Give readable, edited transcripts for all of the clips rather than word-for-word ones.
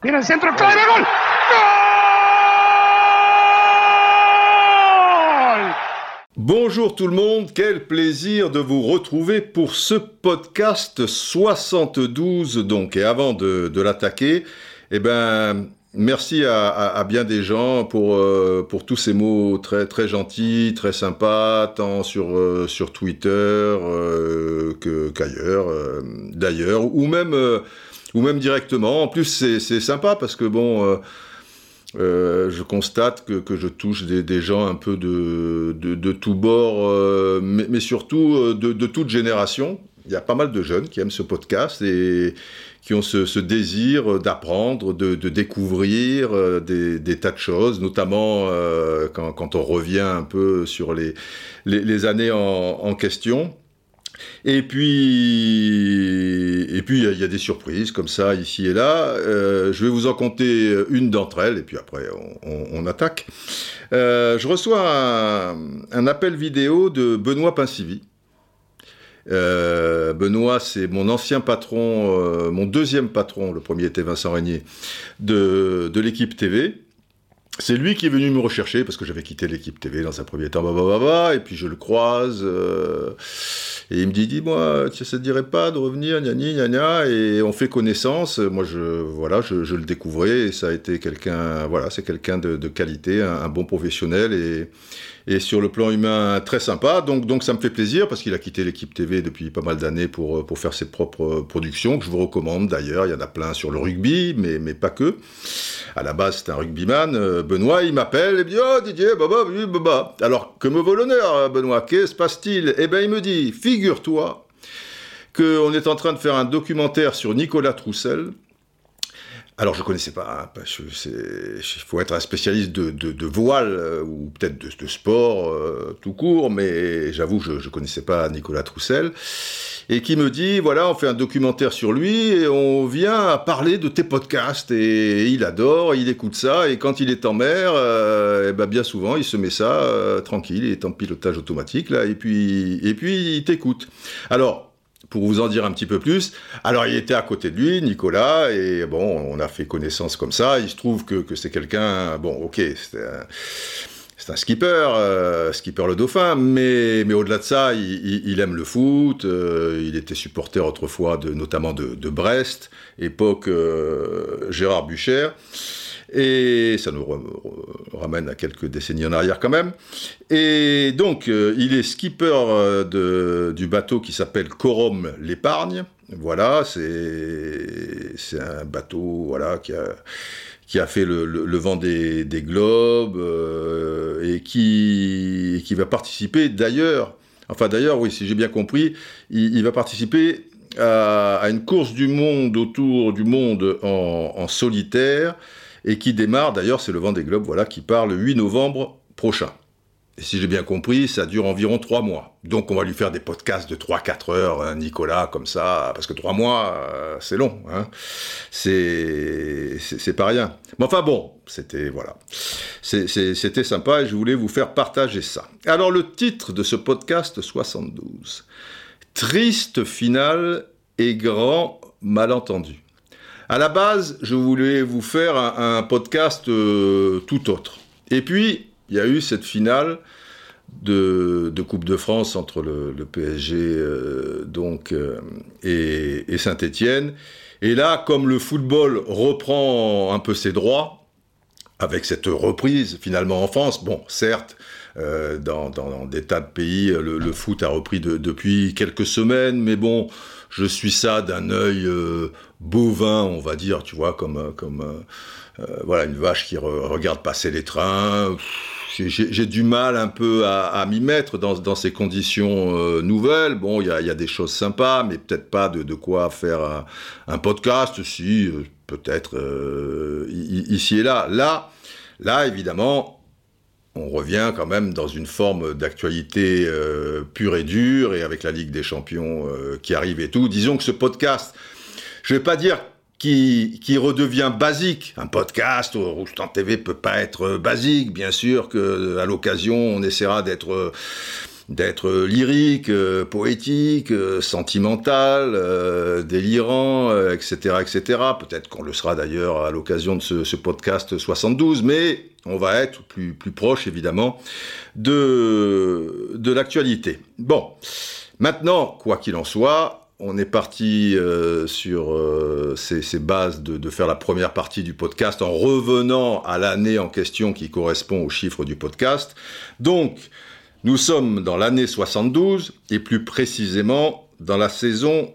Viene el centro, clave, gol! Gol! Bonjour tout le monde, quel plaisir de vous retrouver pour ce podcast 72 donc. Et avant de l'attaquer, merci à bien des gens pour tous ces mots très très gentils, très sympas, tant sur Twitter qu'ailleurs, d'ailleurs, ou même directement. En plus, c'est sympa parce que je constate que je touche des gens un peu de tous bords, mais surtout de toute génération. Il y a pas mal de jeunes qui aiment ce podcast et qui ont ce désir d'apprendre, de découvrir des tas de choses, notamment quand on revient un peu sur les années en question. Et puis il y a des surprises comme ça ici et là. Je vais vous en conter une d'entre elles et puis après on attaque. Je reçois un appel vidéo de Benoît Pincivi. Benoît, c'est mon ancien patron, mon deuxième patron, le premier était Vincent Régnier, de l'équipe TV. C'est lui qui est venu me rechercher parce que j'avais quitté l'équipe TV dans un premier temps, et puis je le croise, et il me dit, dis-moi, ça te dirait pas de revenir, gna, et on fait connaissance. Moi, je le découvrais, et ça a été c'est quelqu'un de qualité, un bon professionnel, et sur le plan humain, très sympa. Donc ça me fait plaisir, parce qu'il a quitté l'équipe TV depuis pas mal d'années pour faire ses propres productions, que je vous recommande d'ailleurs. Il y en a plein sur le rugby, mais pas que. À la base, c'est un rugbyman. Benoît, il m'appelle, et me dit, oh Didier, baba. Alors, que me vaut l'honneur, Benoît, qu'est-ce se passe-t-il ? Eh bien, il me dit, figure-toi qu'on est en train de faire un documentaire sur Nicolas Troussel. Alors, je ne connaissais pas, il faut être un spécialiste de voile, ou peut-être de sport tout court, mais j'avoue, je ne connaissais pas Nicolas Troussel. Et qui me dit, voilà, on fait un documentaire sur lui, et on vient à parler de tes podcasts, et il adore, il écoute ça, et quand il est en mer, bien souvent, il se met ça tranquille, il est en pilotage automatique, là, et puis il t'écoute. Alors, pour vous en dire un petit peu plus, alors il était à côté de lui, Nicolas, et on a fait connaissance comme ça. Il se trouve que c'est quelqu'un, c'est un skipper le Dauphin, mais au-delà de ça, il aime le foot, il était supporter autrefois notamment de Brest, époque Gérard Bucher. Et ça nous ramène à quelques décennies en arrière quand même. Et donc, il est skipper du bateau qui s'appelle Corom l'Épargne. Voilà, c'est un bateau qui a fait le Vendée des Globes et qui va participer d'ailleurs, oui, si j'ai bien compris, il va participer à une course du monde autour du monde en solitaire, et qui démarre, d'ailleurs, c'est le Vendée Globe, qui part le 8 novembre prochain. Et si j'ai bien compris, ça dure environ 3 mois. Donc on va lui faire des podcasts de 3-4 heures, Nicolas, comme ça, parce que 3 mois, c'est long, hein. C'est pas rien. Mais enfin c'était sympa, et je voulais vous faire partager ça. Alors le titre de ce podcast 72, Triste finale et grand malentendu. À la base, je voulais vous faire un podcast tout autre. Et puis, il y a eu cette finale de Coupe de France entre le PSG et Saint-Étienne. Et là, comme le football reprend un peu ses droits, avec cette reprise finalement en France, certes, dans des tas de pays, le foot a repris depuis quelques semaines, mais je suis ça d'un œil bovin, on va dire, tu vois, comme une vache qui regarde passer les trains. J'ai du mal un peu à m'y mettre dans ces conditions nouvelles. Il y a des choses sympas, mais peut-être pas de quoi faire un podcast, si, peut-être ici et là. Là, évidemment, on revient quand même dans une forme d'actualité pure et dure, et avec la Ligue des Champions qui arrive et tout. Disons que ce podcast, je ne vais pas dire qui redevient basique. Un podcast au Rouge Temps TV peut pas être basique. Bien sûr qu'à l'occasion, on essaiera d'être d'être lyrique, poétique, sentimental, délirant, etc., etc. Peut-être qu'on le sera d'ailleurs à l'occasion de ce podcast 72, mais on va être plus proche, évidemment, de l'actualité. Bon, maintenant, quoi qu'il en soit, on est parti sur ces bases de faire la première partie du podcast en revenant à l'année en question qui correspond aux chiffres du podcast. Donc, nous sommes dans l'année 72 et plus précisément dans la saison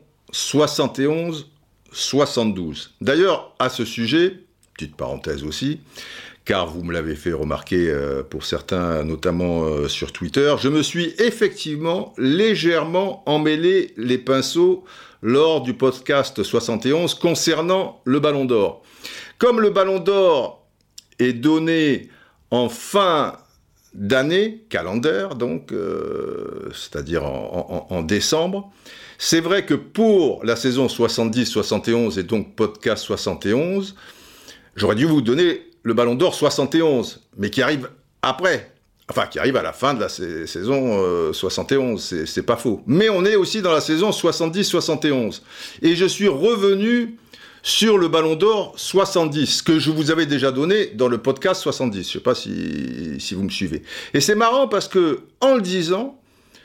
71-72. D'ailleurs, à ce sujet, petite parenthèse aussi, car vous me l'avez fait remarquer pour certains, notamment sur Twitter, je me suis effectivement légèrement emmêlé les pinceaux lors du podcast 71 concernant le Ballon d'Or. Comme le Ballon d'Or est donné en fin d'année calendaire, donc, c'est-à-dire en décembre, c'est vrai que pour la saison 70-71 et donc podcast 71, j'aurais dû vous donner le Ballon d'Or 71, mais qui arrive après, enfin qui arrive à la fin de la saison 71, c'est pas faux. Mais on est aussi dans la saison 70-71. Et je suis revenu sur le Ballon d'Or 70, que je vous avais déjà donné dans le podcast 70. Je sais pas si vous me suivez. Et c'est marrant parce que, en le disant,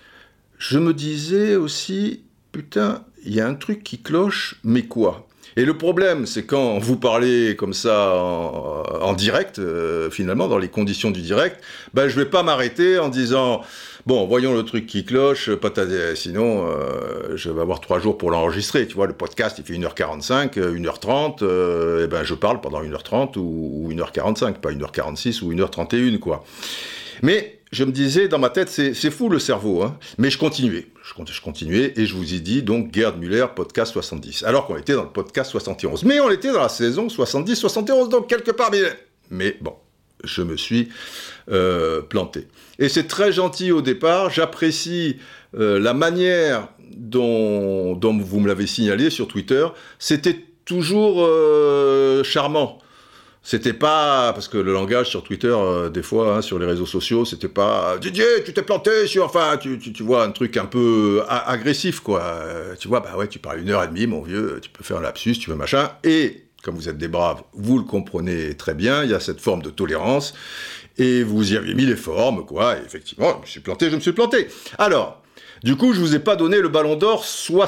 je me disais aussi, putain, il y a un truc qui cloche, mais quoi ? Et le problème, c'est quand vous parlez comme ça en direct, finalement, dans les conditions du direct, ben, je vais pas m'arrêter en disant, bon, voyons le truc qui cloche, sinon, je vais avoir 3 jours pour l'enregistrer. Tu vois, le podcast, il fait 1h45, 1h30, et ben, je parle pendant 1h30 ou 1h45, pas 1h46 ou 1h31, quoi. Mais je me disais, dans ma tête, c'est fou le cerveau, hein. Mais je continuais. Je continuais et je vous ai dit, donc, Gerd Müller, podcast 70. Alors qu'on était dans le podcast 71. Mais on était dans la saison 70-71, donc quelque part. Mais bon, je me suis planté. Et c'est très gentil au départ. J'apprécie la manière dont vous me l'avez signalé sur Twitter. C'était toujours charmant. C'était pas, parce que le langage sur Twitter, des fois, hein, sur les réseaux sociaux, c'était pas « Didier, tu t'es planté sur... » Enfin, tu vois, un truc un peu agressif, quoi. Tu vois, bah ouais, tu parles 1h30, mon vieux, tu peux faire un lapsus, tu veux machin. Et, comme vous êtes des braves, vous le comprenez très bien, il y a cette forme de tolérance, et vous y avez mis les formes, quoi. Et effectivement, je me suis planté. Alors, du coup, je vous ai pas donné le Ballon d'Or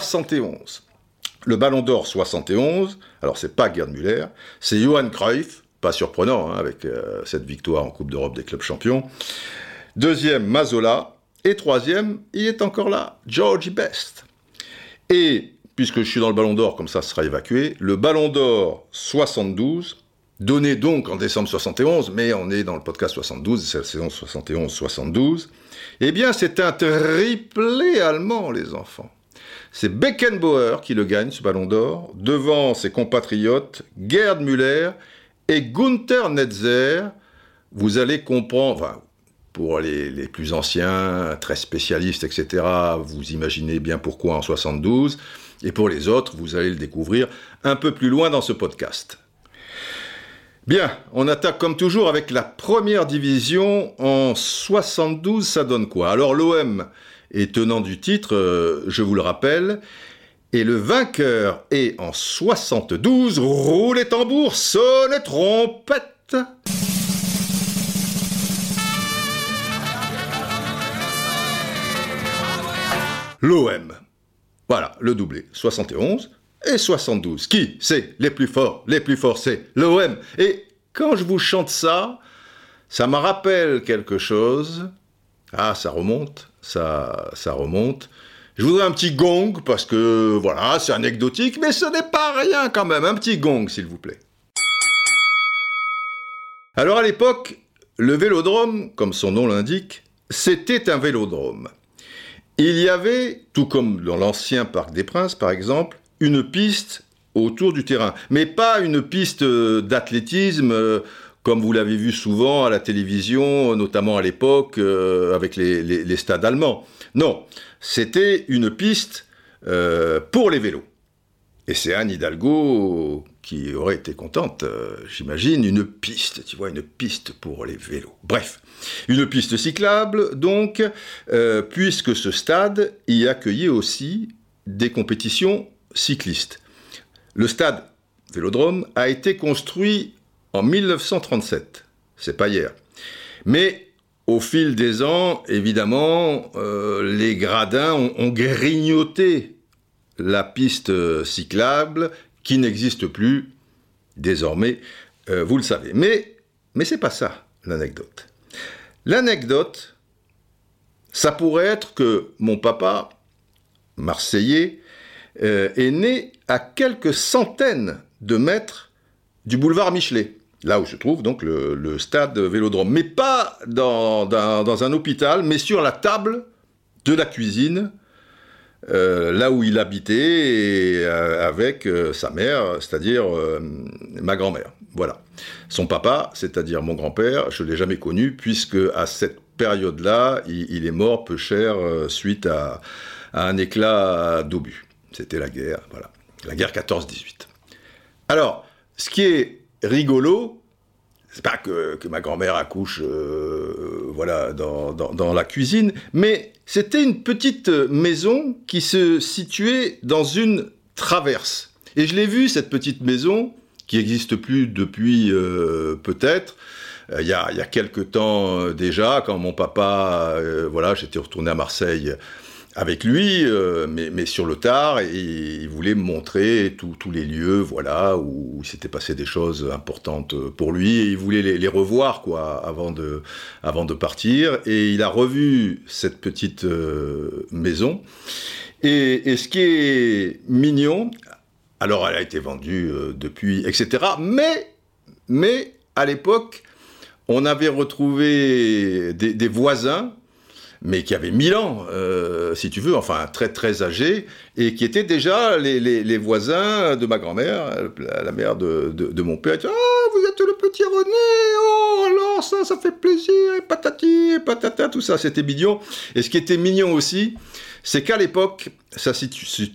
71. Le Ballon d'Or 71, alors c'est pas Gerd Müller, c'est Johan Cruyff. Pas surprenant, hein, avec cette victoire en Coupe d'Europe des clubs champions. Deuxième, Mazzola. Et troisième, il est encore là, Georgie Best. Et, puisque je suis dans le Ballon d'Or, comme ça sera évacué, le Ballon d'Or 72, donné donc en décembre 71, mais on est dans le podcast 72, c'est la saison 71-72, eh bien c'est un triplé allemand, les enfants. C'est Beckenbauer qui le gagne, ce Ballon d'Or, devant ses compatriotes Gerd Müller et Günther Netzer. Vous allez comprendre, enfin, pour les plus anciens, très spécialistes, etc., vous imaginez bien pourquoi en 72, et pour les autres, vous allez le découvrir un peu plus loin dans ce podcast. Bien, on attaque comme toujours avec la première division. En 72, ça donne quoi ? Alors l'OM est tenant du titre, je vous le rappelle, et le vainqueur est en 72, roule les tambours, sonne les trompettes. L'OM. Voilà, le doublé. 71 et 72. Qui ? C'est les plus forts, c'est l'OM. Et quand je vous chante ça, ça me rappelle quelque chose. Ah, ça remonte, ça remonte. Je voudrais un petit gong, parce que, voilà, c'est anecdotique, mais ce n'est pas rien quand même. Un petit gong, s'il vous plaît. Alors, à l'époque, le vélodrome, comme son nom l'indique, c'était un vélodrome. Il y avait, tout comme dans l'ancien Parc des Princes, par exemple, une piste autour du terrain. Mais pas une piste d'athlétisme, comme vous l'avez vu souvent à la télévision, notamment à l'époque, avec les stades allemands. Non, c'était une piste pour les vélos. Et c'est Anne Hidalgo qui aurait été contente, j'imagine, une piste, tu vois, une piste pour les vélos. Bref, une piste cyclable, donc, puisque ce stade y accueillait aussi des compétitions cyclistes. Le stade Vélodrome a été construit en 1937, c'est pas hier. Mais au fil des ans, évidemment, les gradins ont grignoté la piste cyclable qui n'existe plus désormais, vous le savez. Mais c'est pas ça, l'anecdote. L'anecdote, ça pourrait être que mon papa, marseillais, est né à quelques centaines de mètres du boulevard Michelet, là où se trouve donc le stade Vélodrome. Mais pas dans un hôpital, mais sur la table de la cuisine, là où il habitait et, avec sa mère, c'est-à-dire ma grand-mère. Voilà. Son papa, c'est-à-dire mon grand-père, je ne l'ai jamais connu, puisque à cette période-là, il est mort peu cher suite à un éclat d'obus. C'était la guerre, voilà. La guerre 14-18. Alors, ce qui est rigolo, c'est pas que ma grand-mère accouche voilà, dans la cuisine, mais c'était une petite maison qui se situait dans une traverse. Et je l'ai vue, cette petite maison, qui n'existe plus depuis peut-être, il y a quelque temps déjà, quand mon papa, voilà, j'étais retourné à Marseille avec lui, mais sur le tard, et il voulait me montrer tous les lieux, voilà, où il s'était passé des choses importantes pour lui, et il voulait les revoir, quoi, avant de partir, et il a revu cette petite maison, et ce qui est mignon, alors elle a été vendue depuis, etc., mais à l'époque, on avait retrouvé des voisins, mais qui avaient 1000 ans, si tu veux, enfin très très âgés, et qui étaient déjà les voisins de ma grand-mère, la mère de mon père. Ah, vous êtes le petit René, oh alors ça fait plaisir, et patati, et patata, tout ça, c'était mignon. Et ce qui était mignon aussi, c'est qu'à l'époque, c'est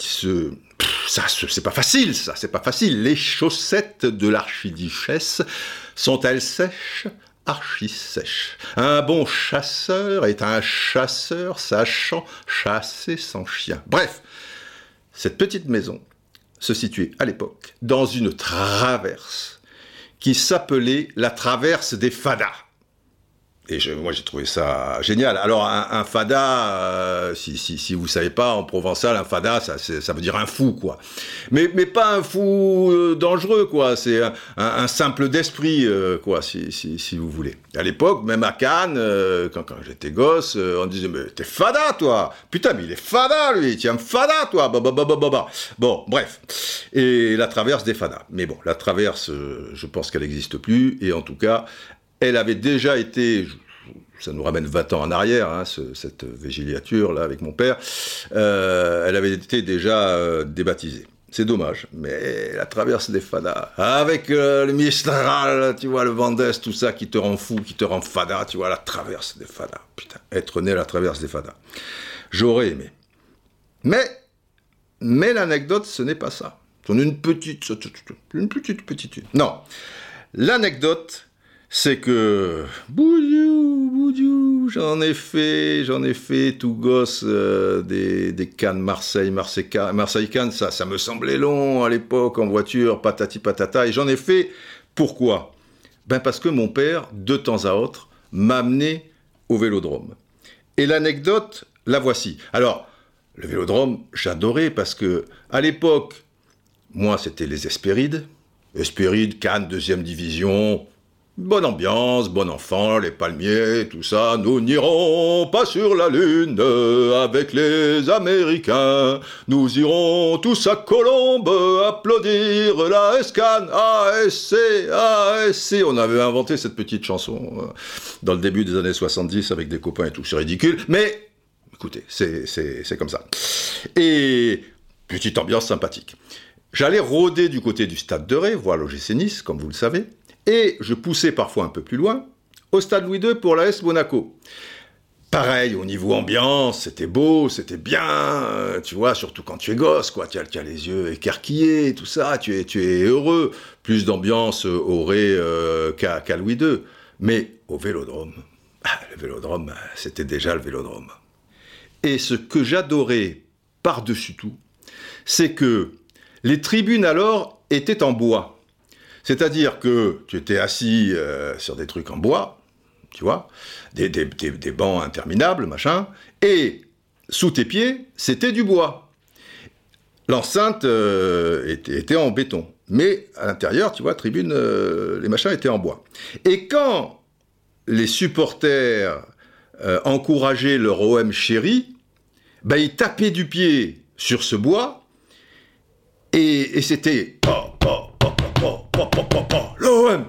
pas facile, ça, c'est pas facile. Les chaussettes de l'archiduchesse sont-elles sèches ? Archi sèche. Un bon chasseur est un chasseur sachant chasser son chien. Bref, cette petite maison se situait à l'époque dans une traverse qui s'appelait la traverse des Fadas. Et moi, j'ai trouvé ça génial. Alors, un fada, si vous savez pas, en provençal, un fada, ça veut dire un fou, quoi. Mais pas un fou dangereux, quoi. C'est un simple d'esprit, quoi, si vous voulez. À l'époque, même à Cannes, quand j'étais gosse, on disait, mais t'es fada, toi. Putain, mais il est fada, lui. Tiens, fada, toi. Bon, bref. Et la traverse des fadas. Mais bon, la traverse, je pense qu'elle n'existe plus. Et en tout cas, elle avait déjà été, ça nous ramène 20 ans en arrière, hein, cette végéliature là avec mon père, elle avait été déjà débaptisée. C'est dommage, mais la traverse des fadas, avec le Mistral, tu vois, le vent d'Est, tout ça qui te rend fou, qui te rend fada, tu vois, la traverse des fadas. Putain, être né à la traverse des fadas. J'aurais aimé. Mais l'anecdote, ce n'est pas ça. C'est une petite. Non. L'anecdote, c'est que, boudiou, j'en ai fait tout gosse des Cannes Marseille-Cannes, ça me semblait long à l'époque en voiture, patati patata, et j'en ai fait, pourquoi ? Parce que mon père, de temps à autre, m'amenait au Vélodrome. Et l'anecdote, la voici. Alors, le Vélodrome, j'adorais parce que, à l'époque, moi, c'était les Hespérides, Cannes, 2e division. Bonne ambiance, bon enfant, les palmiers, tout ça. Nous n'irons pas sur la Lune avec les Américains. Nous irons tous à Colombes applaudir la Escan. ASC, ASC. On avait inventé cette petite chanson dans le début des années 70 avec des copains et tout. C'est ridicule, mais écoutez, c'est comme ça. Et petite ambiance sympathique. J'allais rôder du côté du Stade de Ré, voir l'OGC Nice, comme vous le savez. Et je poussais parfois un peu plus loin, au Stade Louis II pour l'AS Monaco. Pareil, au niveau ambiance, c'était beau, c'était bien, tu vois, surtout quand tu es gosse, quoi. Tu as les yeux écarquillés, tout ça, tu es heureux. Plus d'ambiance aurait qu'à Louis II. Mais au Vélodrome, le Vélodrome, c'était déjà le Vélodrome. Et ce que j'adorais par-dessus tout, c'est que les tribunes alors étaient en bois. C'est-à-dire que tu étais assis sur des trucs en bois, tu vois, des bancs interminables, machin, et sous tes pieds, c'était du bois. L'enceinte était en béton, mais à l'intérieur, tu vois, tribune, les machins étaient en bois. Et quand les supporters encourageaient leur OM chéri, ben ils tapaient du pied sur ce bois, et c'était l'OM,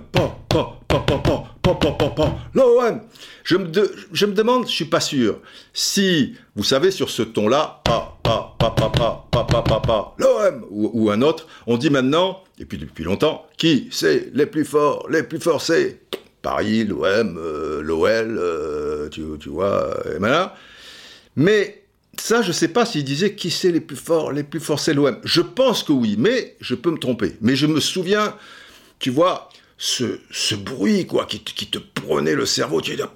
l'OM. Je me demande, je suis pas sûr, si, vous savez, sur ce ton-là, l'OM, ou un autre, on dit maintenant, et puis depuis longtemps, qui c'est les plus forts, c'est Paris, l'OM, l'OL, tu vois, et voilà. Mais ça, je sais pas s'il disait qui c'est les plus forts, c'est l'OM. Je pense que oui, mais je peux me tromper. Mais je me souviens, tu vois, ce bruit, quoi, qui te prenait le cerveau, tu disais,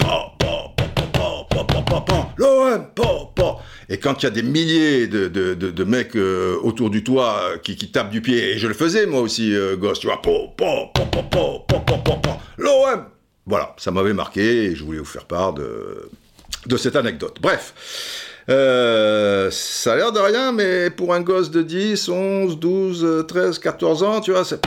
l'OM, et quand il y a des milliers de mecs autour du toit qui tapent du pied, et je le faisais moi aussi, gosse, tu vois, l'OM. Voilà, ça m'avait marqué, et je voulais vous faire part de cette anecdote. Bref. Ça a l'air de rien, mais pour un gosse de 10, 11, 12, 13, 14 ans, tu vois, c'est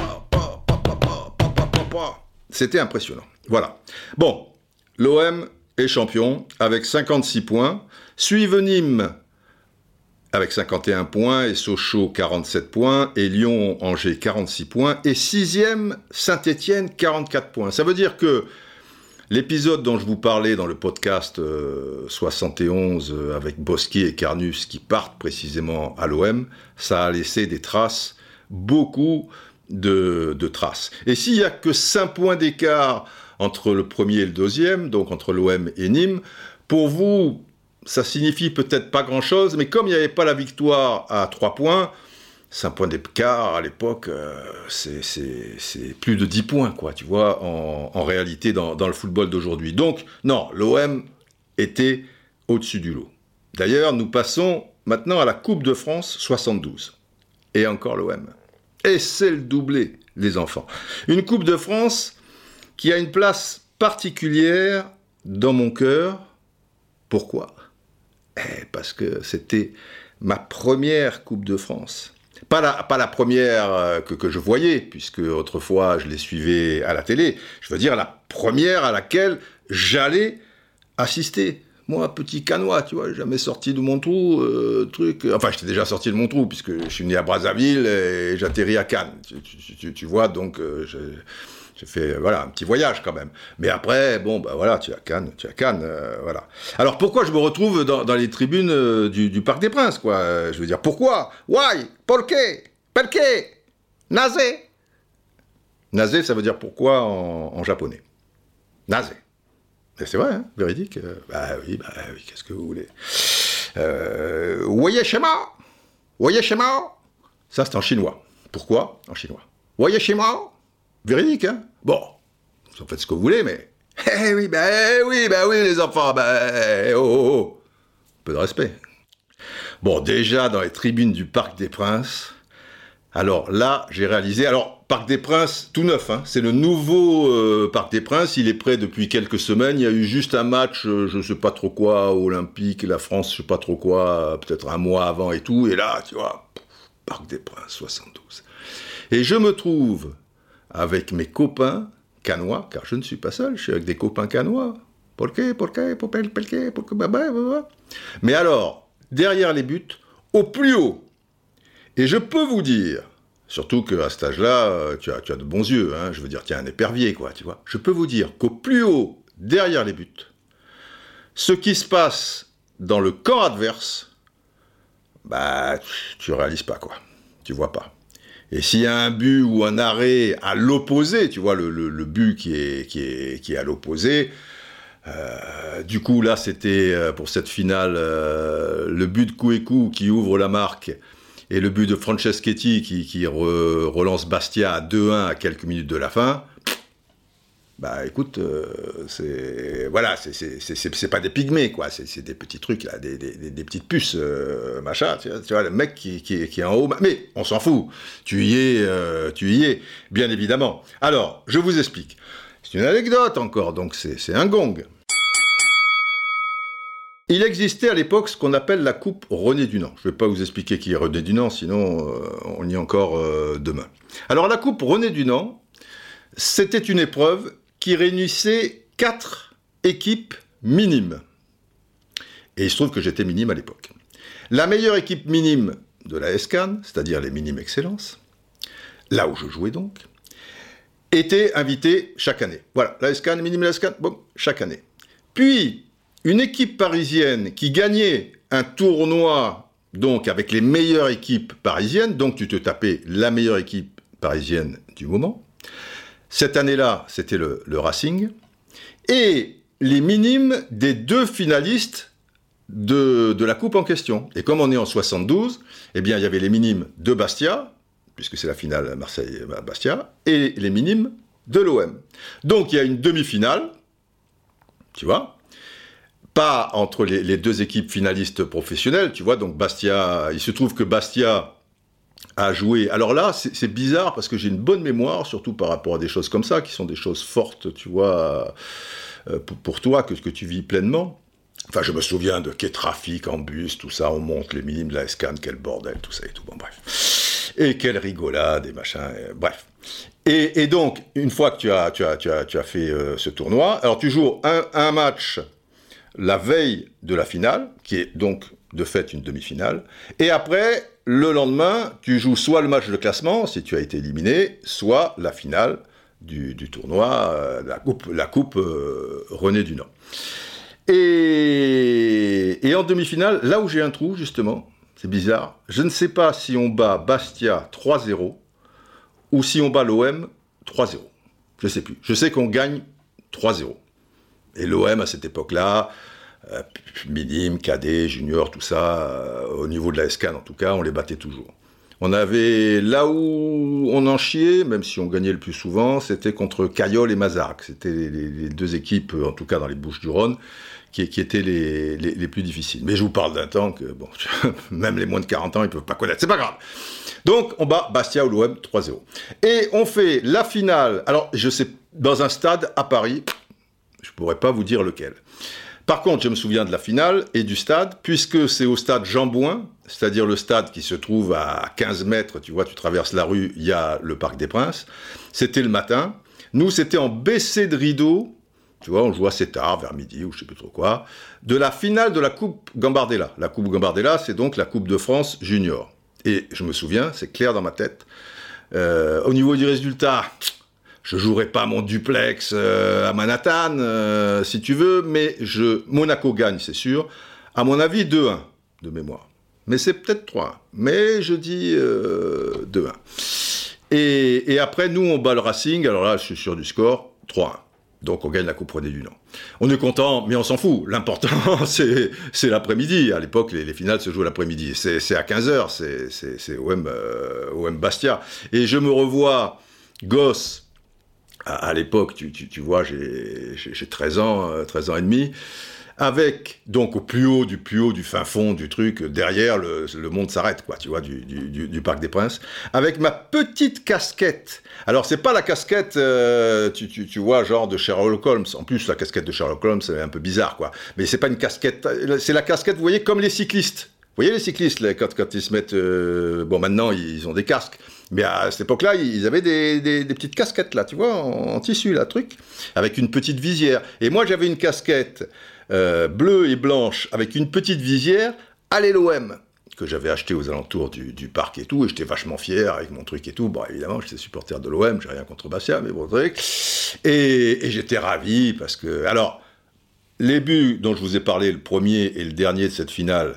c'était impressionnant. Voilà. Bon, l'OM est champion avec 56 points. Suivent Nîmes avec 51 points et Sochaux 47 points et Lyon, Angers 46 points et 6e Saint-Étienne 44 points. Ça veut dire que l'épisode dont je vous parlais dans le podcast 71 avec Bosquier et Carnus qui partent précisément à l'OM, ça a laissé des traces, beaucoup de traces. Et s'il n'y a que 5 points d'écart entre le premier et le deuxième, donc entre l'OM et Nîmes, pour vous, ça signifie peut-être pas grand-chose, mais comme il n'y avait pas la victoire à 3 points, 5 points d'écart à l'époque, c'est plus de 10 points, quoi, tu vois, en réalité dans le football d'aujourd'hui. Donc, non, l'OM était au-dessus du lot. D'ailleurs, nous passons maintenant à la Coupe de France 72. Et encore l'OM. Et c'est le doublé, les enfants. Une Coupe de France qui a une place particulière dans mon cœur. Pourquoi ? Parce que c'était ma première Coupe de France. Pas la première que je voyais, puisque autrefois je les suivais à la télé. Je veux dire la première à laquelle j'allais assister. Moi, petit Canois, tu vois, jamais sorti de mon trou, Enfin, j'étais déjà sorti de mon trou, puisque je suis né à Brazzaville et j'atterris à Cannes. Tu vois, donc j'ai fait, voilà, un petit voyage quand même. Mais après, bon, bah voilà, tu es à Cannes, voilà. Alors, pourquoi je me retrouve dans les tribunes du Parc des Princes, quoi ? Je veux dire, pourquoi ? Why ? Perché ? Naze ? Naze, ça veut dire pourquoi en japonais. Naze. Et c'est vrai, hein, véridique. Bah oui, qu'est-ce que vous voulez ? Woyeshima ? Ça, c'est en chinois. Pourquoi ? En chinois. Woyeshima ? Véridique, hein ? Bon, vous en faites ce que vous voulez, mais... oui, les enfants, oh. Un peu de respect. Bon, déjà, dans les tribunes du Parc des Princes, alors là, j'ai réalisé... Alors, Parc des Princes, tout neuf, hein, c'est le nouveau Parc des Princes, il est prêt depuis quelques semaines, il y a eu juste un match, je sais pas trop quoi, Olympique, la France, je sais pas trop quoi, peut-être un mois avant et tout, et là, tu vois, Parc des Princes, 72. Et je me trouve avec mes copains canois, car je ne suis pas seul, je suis avec des copains canois. Mais alors, derrière les buts, au plus haut, et je peux vous dire, surtout qu'à cet âge-là, tu as de bons yeux, hein, je veux dire, tu as un épervier, quoi, tu vois. Je peux vous dire qu'au plus haut, derrière les buts, ce qui se passe dans le camp adverse, bah, tu réalises pas, quoi. Tu vois pas. Et s'il y a un but ou un arrêt à l'opposé, tu vois, le but qui est à l'opposé, Du coup, là, c'était pour cette finale le but de Kouékou qui ouvre la marque et le but de Franceschetti qui relance Bastia à 2-1 à quelques minutes de la fin. Bah écoute, c'est pas des pygmées, quoi, c'est des petits trucs, là, des petites puces, machin, tu vois, le mec qui est en haut, mais on s'en fout, tu y es, bien évidemment. Alors, je vous explique, c'est une anecdote encore, donc c'est un gong. Il existait à l'époque ce qu'on appelle la coupe René Dunant. Je ne vais pas vous expliquer qui est René Dunant, sinon on y est encore demain. Alors la coupe René Dunant, c'était une épreuve qui réunissait 4 équipes minimes. Et il se trouve que j'étais minime à l'époque. La meilleure équipe minime de la SCAN, c'est-à-dire les minimes Excellence, là où je jouais donc, était invitée chaque année. Voilà, la SCAN, les minimes de la SCAN, bon, chaque année. Puis, une équipe parisienne qui gagnait un tournoi, donc avec les meilleures équipes parisiennes, donc tu te tapais la meilleure équipe parisienne du moment. Cette année-là, c'était le Racing. Et les minimes des 2 finalistes de la coupe en question. Et comme on est en 72, eh bien, il y avait les minimes de Bastia, puisque c'est la finale Marseille-Bastia, et les minimes de l'OM. Donc, il y a une demi-finale, tu vois, pas entre les 2 équipes finalistes professionnelles, tu vois, donc Bastia, il se trouve que Bastia a joué. Alors là, c'est bizarre parce que j'ai une bonne mémoire, surtout par rapport à des choses comme ça, qui sont des choses fortes, tu vois, pour toi, que tu vis pleinement. Enfin, je me souviens de quel trafic en bus, tout ça, on monte les minimes de la SCAN, quel bordel, tout ça et tout, bon bref. Et quelle rigolade, et machin, bref. Et donc, une fois que tu as fait ce tournoi, alors tu joues un match la veille de la finale, qui est donc de fait une demi-finale, et après, le lendemain, tu joues soit le match de classement, si tu as été éliminé, soit la finale du tournoi, la coupe René Dunant. Et en demi-finale, là où j'ai un trou, justement, c'est bizarre, je ne sais pas si on bat Bastia 3-0, ou si on bat l'OM 3-0. Je ne sais plus. Je sais qu'on gagne 3-0. Et l'OM, à cette époque-là, minime, cadet, junior, tout ça, au niveau de la SCAN en tout cas, on les battait toujours. On avait, là où on en chiait, même si on gagnait le plus souvent, c'était contre Caillol et Mazarc. C'était les 2 équipes, en tout cas dans les Bouches-du-Rhône, qui étaient les plus difficiles. Mais je vous parle d'un temps que, bon, même les moins de 40 ans, ils ne peuvent pas connaître. C'est pas grave. Donc, on bat Bastia ou l'OM 3-0. Et on fait la finale, alors, je sais, dans un stade à Paris, je ne pourrais pas vous dire lequel. Par contre, je me souviens de la finale et du stade, puisque c'est au stade Jean Bouin, c'est-à-dire le stade qui se trouve à 15 mètres, tu vois, tu traverses la rue, il y a le Parc des Princes. C'était le matin. Nous, c'était en baissée de rideau, tu vois, on jouait assez tard, vers midi ou je ne sais plus trop quoi, de la finale de la Coupe Gambardella. La Coupe Gambardella, c'est donc la Coupe de France junior. Et je me souviens, c'est clair dans ma tête, au niveau du résultat... Je jouerai pas mon duplex à Manhattan, si tu veux, mais Monaco gagne, c'est sûr. À mon avis, 2-1 de mémoire. Mais c'est peut-être 3-1. Mais je dis 2-1. Et après, nous, on bat le Racing. Alors là, je suis sûr du score, 3-1. Donc, on gagne la Coupe René Dunant. On est content, mais on s'en fout. L'important, c'est l'après-midi. À l'époque, les finales se jouent l'après-midi. C'est à 15h, c'est OM Bastia. Et je me revois, gosse, à l'époque, tu vois, j'ai 13 ans et demi, avec, donc, au plus haut du fin fond du truc, derrière, le monde s'arrête, quoi, tu vois, du Parc des Princes, avec ma petite casquette. Alors, c'est pas la casquette, tu vois, genre de Sherlock Holmes. En plus, la casquette de Sherlock Holmes, c'est un peu bizarre, quoi. Mais c'est pas une casquette, c'est la casquette, vous voyez, comme les cyclistes. Vous voyez les cyclistes, là, quand ils se mettent... bon, maintenant, ils ont des casques. Mais à cette époque-là, ils avaient des petites casquettes, là, tu vois, en tissu, là, truc, avec une petite visière. Et moi, j'avais une casquette bleue et blanche, avec une petite visière, à l'OM, que j'avais acheté aux alentours du parc et tout, et j'étais vachement fier avec mon truc et tout. Bon, évidemment, j'étais supporter de l'OM, j'ai rien contre Bastia, mais bon, truc. Et j'étais ravi, parce que... Alors, les buts dont je vous ai parlé, le premier et le dernier de cette finale,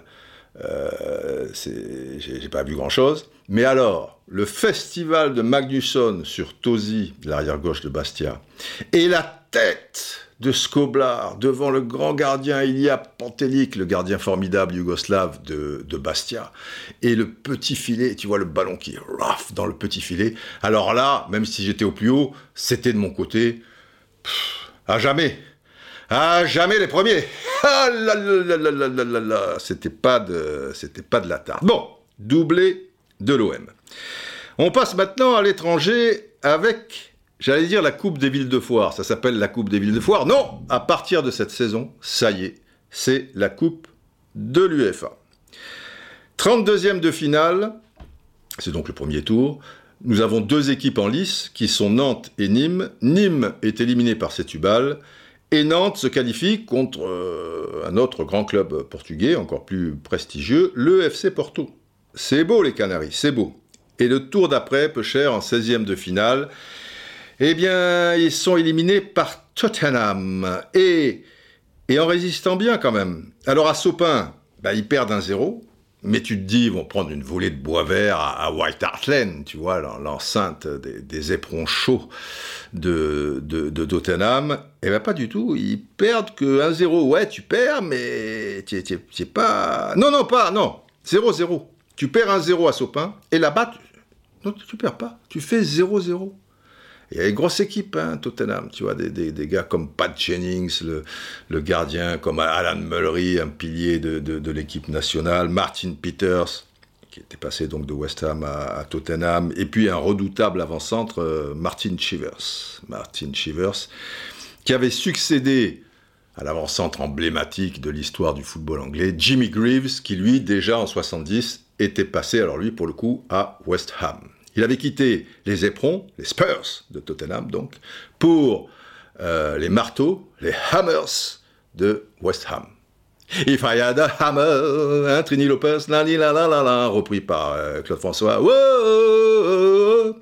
j'ai pas vu grand-chose. Mais alors, le festival de Magnusson sur Tosi, l'arrière-gauche de Bastia, et la tête de Skoblar, devant le grand gardien Ilya Pantelik, le gardien formidable yougoslave de Bastia, et le petit filet, tu vois le ballon qui raf dans le petit filet. Alors là, même si j'étais au plus haut, c'était de mon côté. À jamais les premiers. Ah là là là là là là là, c'était pas de la tarte. Bon, doublé de l'OM. On passe maintenant à l'étranger avec, j'allais dire, la Coupe des villes de foire. Ça s'appelle la Coupe des villes de foire. Non, à partir de cette saison, ça y est, c'est la Coupe de l'UEFA. 32e de finale, c'est donc le premier tour. Nous avons deux équipes en lice qui sont Nantes et Nîmes. Nîmes est éliminé par Setúbal et Nantes se qualifie contre un autre grand club portugais, encore plus prestigieux, le FC Porto. C'est beau les Canaries, c'est beau. Et le tour d'après, peu cher, en 16e de finale, eh bien, ils sont éliminés par Tottenham. Et en résistant bien quand même. Alors à Sopin, ils perdent 1-0. Mais tu te dis, ils vont prendre une volée de bois vert à White Hart Lane, tu vois, l'enceinte des éperons chauds de Tottenham. Eh bien, pas du tout. Ils perdent que 1-0. Ouais, tu perds, mais t'es pas... Non, 0-0. Tu perds 1-0 à Sopin, et là-bas, tu perds pas. Tu fais 0-0. Il y a une grosse équipe, Tottenham, tu vois, des gars comme Pat Jennings, le gardien, comme Alan Mullery, un pilier de l'équipe nationale, Martin Peters, qui était passé donc de West Ham à Tottenham, et puis un redoutable avant-centre, Martin Chivers, qui avait succédé à l'avant-centre emblématique de l'histoire du football anglais, Jimmy Greaves, qui lui, déjà en 70, était passé, alors lui, pour le coup, à West Ham. Il avait quitté les éperons, les Spurs de Tottenham donc, pour les marteaux, les Hammers de West Ham. If I had a hammer, Trini Lopez, la la la la la, repris par Claude François. Wow,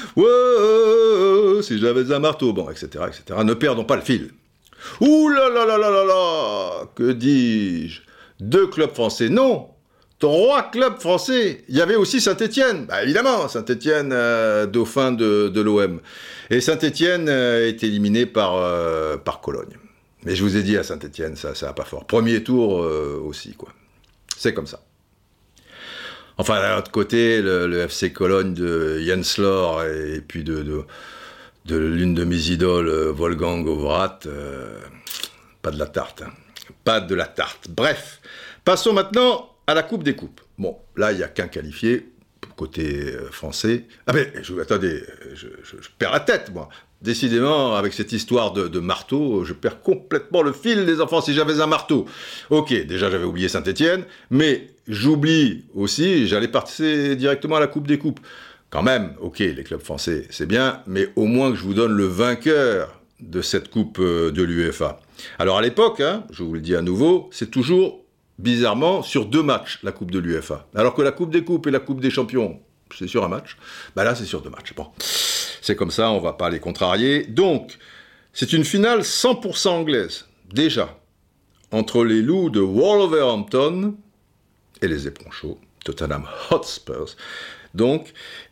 wow, si j'avais un marteau, bon, etc., etc. Ne perdons pas le fil. Ouh là là là là là là, que dis-je? 2 clubs français, non. 3 clubs français. Il y avait aussi Saint-Étienne. Évidemment, Saint-Étienne, dauphin de l'OM. Et Saint-Étienne est éliminé par Cologne. Mais je vous ai dit, à Saint-Étienne, ça va pas fort. Premier tour aussi, quoi. C'est comme ça. Enfin, d'un autre côté, le FC Cologne de Jens Lohr et puis de l'une de mes idoles, Wolfgang Overath, pas de la tarte. Pas de la tarte. Bref, passons maintenant à la Coupe des Coupes. Bon, là, il n'y a qu'un qualifié, côté français. Ah mais, attendez, je perds la tête, moi. Décidément, avec cette histoire de marteau, je perds complètement le fil des enfants si j'avais un marteau. Ok, déjà, j'avais oublié Saint-Étienne, mais j'oublie aussi, j'allais passer directement à la Coupe des Coupes. Quand même, ok, les clubs français, c'est bien, mais au moins que je vous donne le vainqueur de cette Coupe de l'UEFA. Alors, à l'époque, je vous le dis à nouveau, c'est toujours... bizarrement, sur 2 matchs, la Coupe de l'UEFA. Alors que la Coupe des Coupes et la Coupe des Champions, c'est sur un match. Là, c'est sur 2 matchs. Bon, c'est comme ça, on va pas les contrarier. Donc, c'est une finale 100% anglaise, déjà, entre les Loups de Wolverhampton et les éperons chauds, Tottenham Hotspurs. Donc,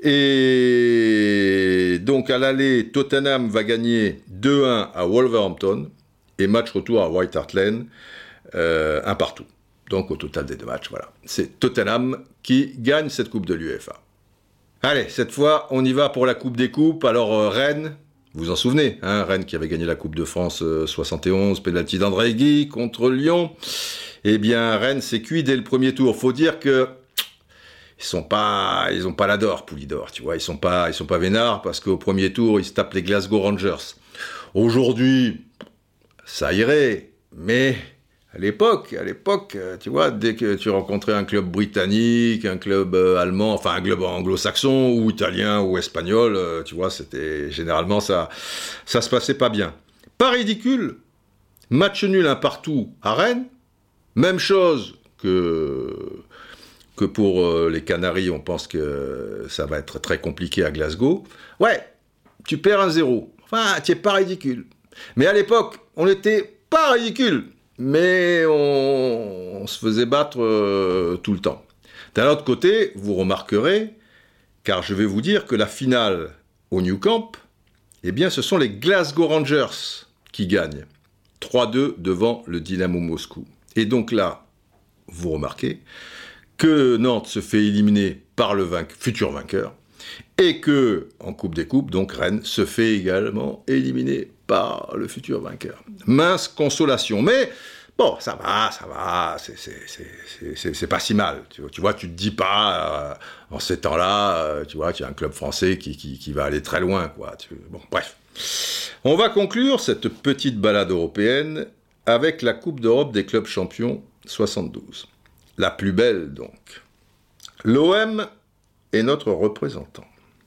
à l'aller, Tottenham va gagner 2-1 à Wolverhampton et match retour à White Hart Lane, 1 partout. Donc au total des 2 matchs, voilà. C'est Tottenham qui gagne cette Coupe de l'UEFA. Allez, cette fois, on y va pour la Coupe des Coupes. Alors Rennes, vous vous en souvenez, Rennes qui avait gagné la Coupe de France 71, pénalty d'André Guy contre Lyon. Eh bien, Rennes s'est cuit dès le premier tour. Faut dire que ils ont pas l'adore, Poulidor, tu vois. Ils sont pas vénards parce qu'au premier tour, ils se tapent les Glasgow Rangers. Aujourd'hui, ça irait, mais... À l'époque, tu vois, dès que tu rencontrais un club britannique, un club allemand, enfin un club anglo-saxon ou italien ou espagnol, tu vois, c'était généralement ça se passait pas bien. Pas ridicule, match nul 1 partout à Rennes, même chose que pour les Canaries, on pense que ça va être très compliqué à Glasgow. Ouais, tu perds 1-0, enfin, tu n'es pas ridicule. Mais à l'époque, on n'était pas ridicule. Mais on se faisait battre tout le temps. D'un autre côté, vous remarquerez, car je vais vous dire que la finale au Nou Camp, eh bien, ce sont les Glasgow Rangers qui gagnent. 3-2 devant le Dynamo Moscou. Et donc là, vous remarquez que Nantes se fait éliminer par le futur vainqueur, et que, en Coupe des Coupes, donc Rennes se fait également éliminer par le futur vainqueur. Mince consolation, mais bon, ça va, c'est pas si mal. Tu vois, tu te dis pas, en ces temps-là, tu vois, tu as un club français qui va aller très loin, quoi. Bon, bref. On va conclure cette petite balade européenne avec la Coupe d'Europe des clubs champions 72. La plus belle, donc. L'OM est notre représentant.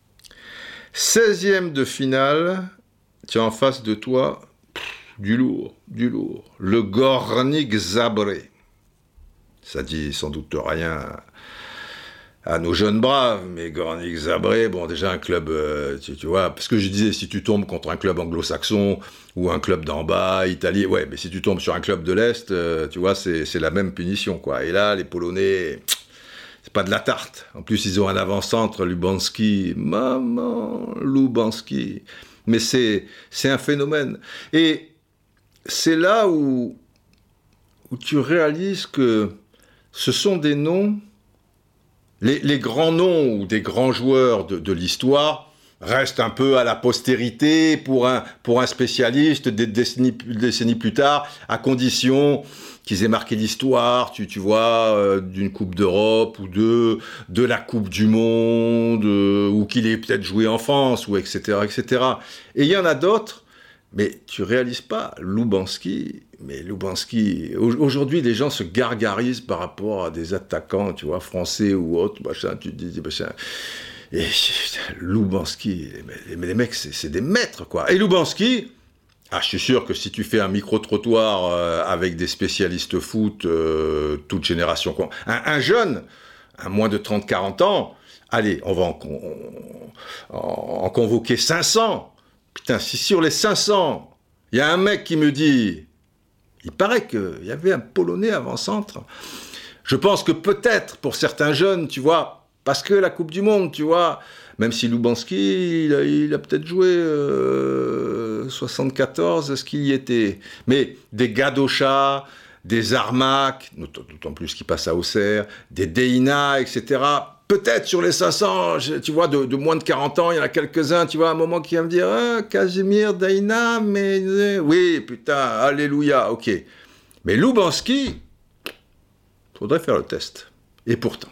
16e de finale, tu as en face de toi du lourd. Le Gornik Zabré. Ça dit sans doute rien à nos jeunes braves, mais Gornik Zabré, bon, déjà un club, tu vois, parce que je disais, si tu tombes contre un club anglo-saxon ou un club d'en bas, italien, ouais, mais si tu tombes sur un club de l'Est, tu vois, c'est la même punition, quoi. Et là, les Polonais, c'est pas de la tarte. En plus, ils ont un avant-centre, Lubanski, Lubanski. Mais c'est un phénomène. Et c'est là où tu réalises que ce sont des noms, les grands noms ou des grands joueurs de l'histoire restent un peu à la postérité pour un spécialiste des décennies plus tard, à condition qu'ils aient marqué l'histoire, tu vois, d'une Coupe d'Europe ou de la Coupe du Monde, ou qu'il ait peut-être joué en France, ou etc., etc. Et il y en a d'autres, mais tu réalises pas, Lubanski, aujourd'hui les gens se gargarisent par rapport à des attaquants, tu vois, français ou autres, machin, tu te dis, machin. Et Lubanski, les mecs, c'est des maîtres, quoi. Et Lubanski, je suis sûr que si tu fais un micro-trottoir avec des spécialistes foot, toute génération, un jeune, à moins de 30-40 ans, allez, on va en convoquer 500. Putain, si sur les 500, il y a un mec qui me dit, il paraît qu'il y avait un Polonais avant-centre, je pense que peut-être pour certains jeunes, tu vois, parce que la Coupe du Monde, tu vois, même si Lubanski, il a peut-être joué 74, est-ce qu'il y était? Mais des Gadocha, des Armac, d'autant plus qu'il passe à Auxerre, des Deina, etc., peut-être sur les 500, tu vois, de moins de 40 ans, il y en a quelques-uns, tu vois, à un moment qui va me dire « Casimir, Deina, mais... Oui, putain, alléluia, ok. » Mais Lubanski, faudrait faire le test. Et pourtant.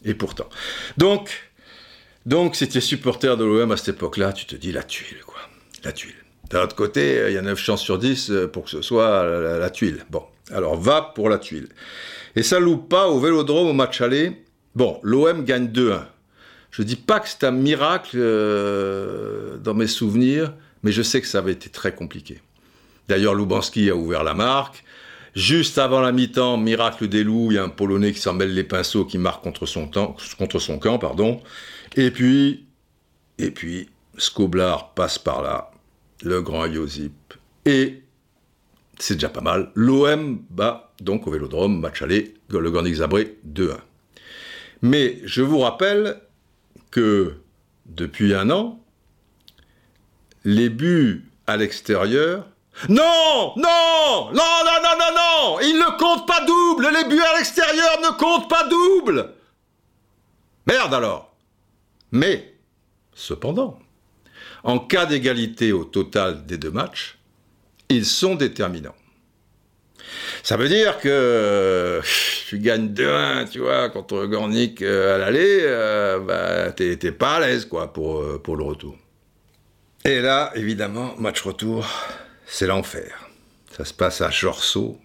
Donc, si tu es supporter de l'OM à cette époque-là, tu te dis la tuile, quoi. La tuile. D'un autre côté, il y a 9 chances sur 10 pour que ce soit la tuile. Bon, alors va pour la tuile. Et ça loupe pas au Vélodrome au match aller. Bon, l'OM gagne 2-1. Je dis pas que c'est un miracle dans mes souvenirs, mais je sais que ça avait été très compliqué. D'ailleurs, Lubanski a ouvert la marque. Juste avant la mi-temps, miracle des loups, il y a un Polonais qui s'en mêle les pinceaux, qui marque contre son camp. Et puis, Skoblar passe par là, le grand Josip. Et c'est déjà pas mal. L'OM bat donc au Vélodrome, match aller, le Gornik Zabré 2-1. Mais je vous rappelle que depuis un an, les buts à l'extérieur... Non, ils ne comptent pas double, les buts à l'extérieur ne comptent pas double. Merde alors. Mais, cependant, en cas d'égalité au total des 2 matchs, ils sont déterminants. Ça veut dire que tu gagnes 2-1, tu vois, contre Gornik à l'aller, t'es pas à l'aise, quoi, pour le retour. Et là, évidemment, match retour, c'est l'enfer. Ça se passe à Jorso,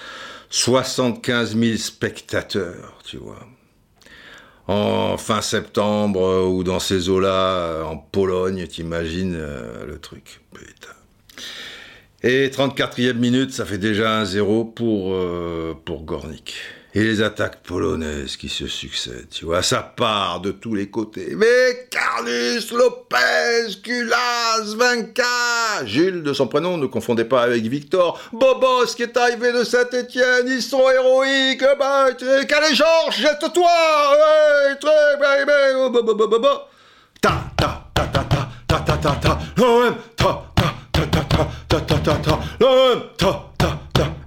75 000 spectateurs, tu vois. En fin septembre, ou dans ces eaux-là, en Pologne, t'imagines le truc. Putain. Et 34e minute, ça fait déjà 1-0 pour Gornik. Et les attaques polonaises qui se succèdent, tu vois, ça part de tous les côtés. Mais Carlos, Lopez, Kulas, Vinca, Gilles de son prénom, ne confondez pas avec Victor, Bobos qui est arrivé de Saint-Étienne, ils sont héroïques, Calais Georges, jette-toi, l'OM,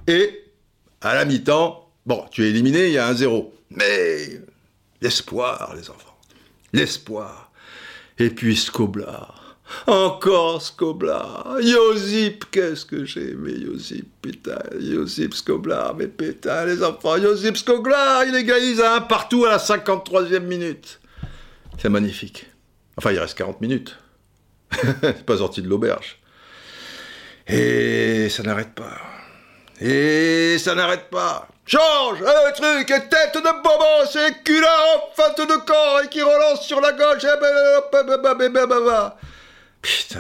Et à la mi-temps, bon, tu es éliminé, il y a 1-0. Mais l'espoir, les enfants, l'espoir. Et puis Skoblar, encore Skoblar, Josip, qu'est-ce que j'ai aimé Josip, putain, Josip Skoblar, mais putain, les enfants, Josip Skoblar, il égalise à 1 partout à la 53e minute. C'est magnifique. Enfin, il reste 40 minutes. C'est pas sorti de l'auberge. Et ça n'arrête pas. Et ça n'arrête pas. Change un truc, et tête de bobo, c'est culot en feinte de corps et qui relance sur la gauche. Putain,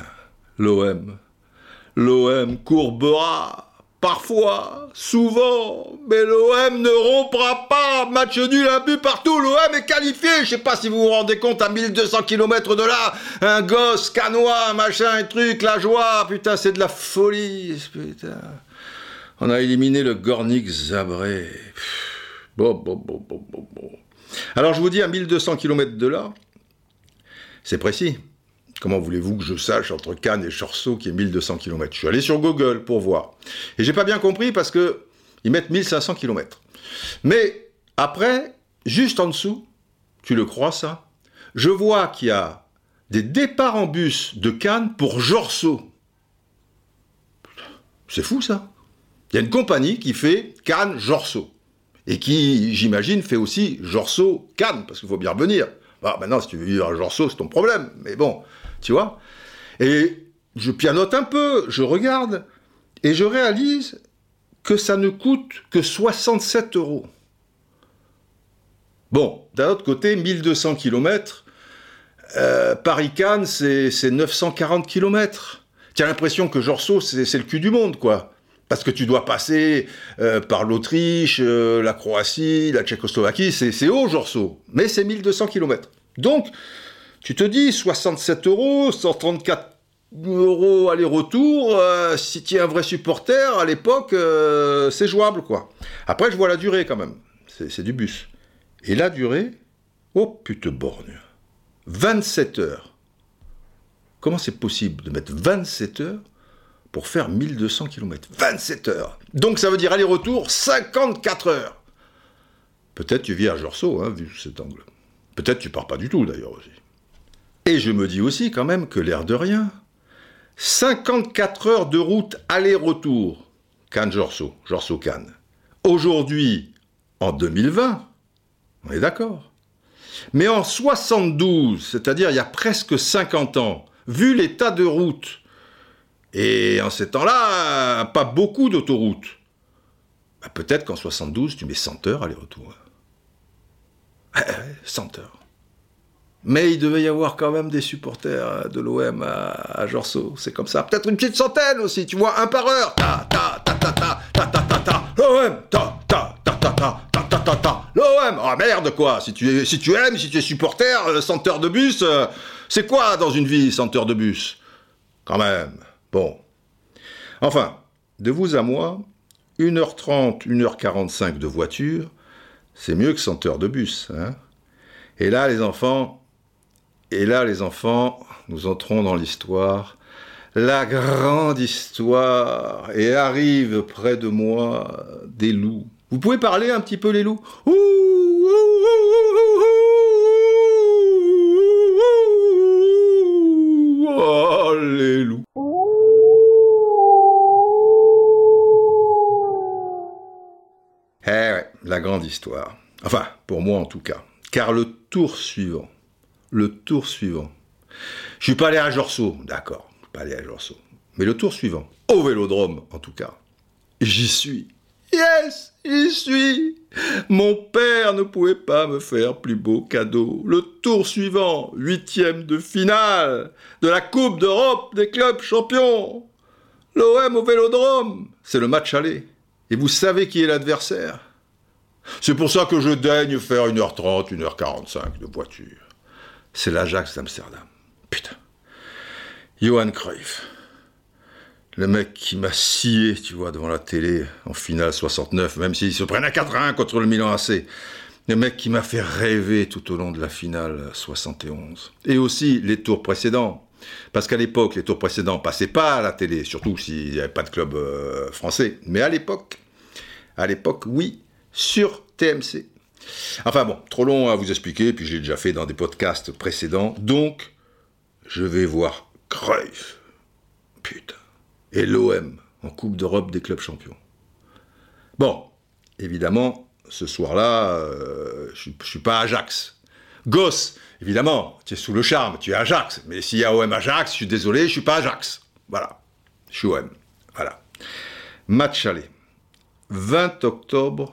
l'OM courbera, parfois, souvent, mais l'OM ne rompra pas. Match nul, un but partout, l'OM est qualifié. Je sais pas si vous vous rendez compte, à 1200 km de là, un gosse canois, machin, un truc, la joie, putain, c'est de la folie, putain. On a éliminé le Gornik Zabré. Bon. Alors je vous dis, à 1200 km de là, c'est précis. Comment voulez-vous que je sache entre Cannes et Chorzów qui est 1200 km? Je suis allé sur Google pour voir. Et j'ai pas bien compris parce que ils mettent 1500 km. Mais après, juste en dessous, tu le crois ça? Je vois qu'il y a des départs en bus de Cannes pour Chorzów. C'est fou ça. Il y a une compagnie qui fait Cannes-Chorzów. Et qui, j'imagine, fait aussi Chorzów-Cannes, parce qu'il faut bien revenir. Bah, maintenant, si tu veux vivre à Chorzów, c'est ton problème. Mais bon, tu vois. Et je pianote un peu, je regarde, et je réalise que ça ne coûte que 67 €. Bon, d'un autre côté, 1200 km, Paris-Cannes, c'est 940 km. Tu as l'impression que Chorzów, c'est le cul du monde, quoi. Parce que tu dois passer par l'Autriche, la Croatie, la Tchécoslovaquie, c'est haut, Chorzów, mais c'est 1200 km. Donc, tu te dis, 67 €, 134 € aller-retour, si tu es un vrai supporter, à l'époque, c'est jouable, quoi. Après, je vois la durée, quand même. C'est du bus. Et la durée, oh, putain borgne, 27 heures. Comment c'est possible de mettre 27 heures pour faire 1200 km. 27 heures. Donc ça veut dire aller-retour 54 heures. Peut-être tu vis à Chorzów, hein, vu cet angle. Peut-être tu pars pas du tout d'ailleurs aussi. Et je me dis aussi quand même que l'air de rien, 54 heures de route aller-retour, Cannes-Chorzów, Chorzów-Cannes. Aujourd'hui, en 2020, on est d'accord. Mais en 72, c'est-à-dire il y a presque 50 ans, vu l'état de route, et en ces temps-là, pas beaucoup d'autoroutes. Bah, peut-être qu'en 72, tu mets 100 heures aller-retour. 100 heures. Mais il devait y avoir quand même des supporters de l'OM à Chorzów. C'est comme ça. Peut-être une petite centaine aussi, tu vois, un par heure. Ta, ta, ta, ta, ta, ta, ta, ta, ta. L'OM, ta, ta, ta, ta, ta, ta, ta, ta, ta. L'OM, oh merde quoi. Si tu aimes, si tu es supporter, 100 heures de bus, c'est quoi dans une vie, 100 heures de bus? Quand même. Bon. Enfin, de vous à moi, 1h30, 1h45 de voiture, c'est mieux que 100 heures de bus. Hein. Et là, les enfants, nous entrons dans l'histoire, la grande histoire, et arrivent près de moi des loups. Vous pouvez parler un petit peu les loups? Ouh, ouh, ouh, ouh, ouh, oh, les loups. Eh ouais, la grande histoire. Enfin, pour moi en tout cas. Car le tour suivant, je suis pas allé à Chorzów, d'accord, je suis pas allé à Chorzów, mais le tour suivant, au Vélodrome en tout cas, j'y suis. Yes, j'y suis. Mon père ne pouvait pas me faire plus beau cadeau. Le tour suivant, 8e de finale de la Coupe d'Europe des clubs champions. L'OM au Vélodrome, c'est le match aller. Et vous savez qui est l'adversaire? C'est pour ça que je daigne faire 1h30, 1h45 de voiture. C'est l'Ajax d'Amsterdam. Putain. Johan Cruyff. Le mec qui m'a scié, tu vois, devant la télé, en finale 69, même s'ils se prennent à 4-1 contre le Milan AC. Le mec qui m'a fait rêver tout au long de la finale 71. Et aussi les tours précédents. Parce qu'à l'époque, les tours précédents passaient pas à la télé, surtout s'il n'y avait pas de club français. Mais à l'époque, À l'époque, oui, sur TMC. Enfin bon, trop long à vous expliquer, puis je l'ai déjà fait dans des podcasts précédents. Donc, je vais voir Cruyff. Putain. Et l'OM en Coupe d'Europe des clubs champions. Bon, évidemment, ce soir-là, je ne suis pas à Ajax. Gosse, évidemment, tu es sous le charme, tu es Ajax. Mais s'il y a OM Ajax, je suis désolé, je ne suis pas Ajax. Voilà, je suis OM. Voilà. Match aller. 20 octobre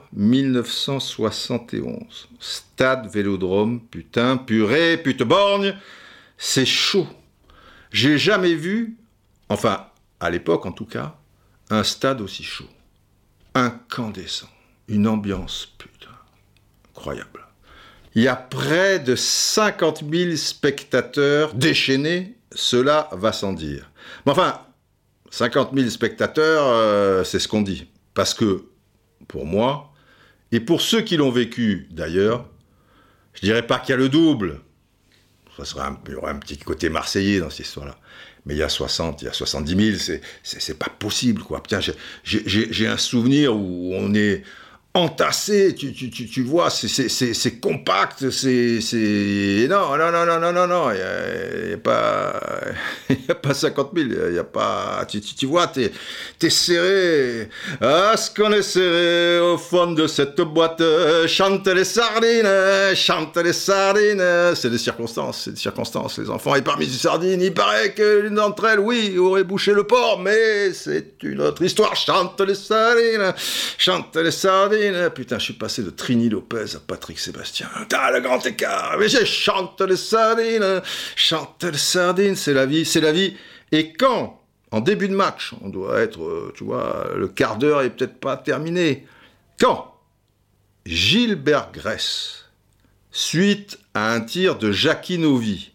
1971. Stade Vélodrome, putain, purée, borgne, c'est chaud. J'ai jamais vu, enfin, à l'époque en tout cas, un stade aussi chaud. Incandescent. Une ambiance, putain, incroyable. Il y a près de 50 000 spectateurs déchaînés, cela va sans dire. Mais enfin, 50 000 spectateurs, c'est ce qu'on dit. Parce que, pour moi, et pour ceux qui l'ont vécu d'ailleurs, je dirais pas qu'il y a le double. Il y aurait un petit côté marseillais dans cette histoire-là. Mais il y a 60, il y a 70 000, c'est pas possible, quoi. Putain, j'ai un souvenir où on est entassé, tu vois, c'est compact, Non, il n'y a pas 50 000, il n'y a pas... Tu vois, t'es serré. Ah, ce qu'on est serré au fond de cette boîte, chante les sardines, c'est des circonstances, les enfants. Et parmi ces sardines, il paraît que l'une d'entre elles, oui, aurait bouché le porc, mais c'est une autre histoire, chante les sardines. Putain, je suis passé de Trini Lopez à Patrick Sébastien. T'as le grand écart. Mais chante les sardines, c'est la vie. Et quand, en début de match, on doit être, tu vois, le quart d'heure est peut-être pas terminé. Quand Gilbert Gress, suite à un tir de Jackie Novi,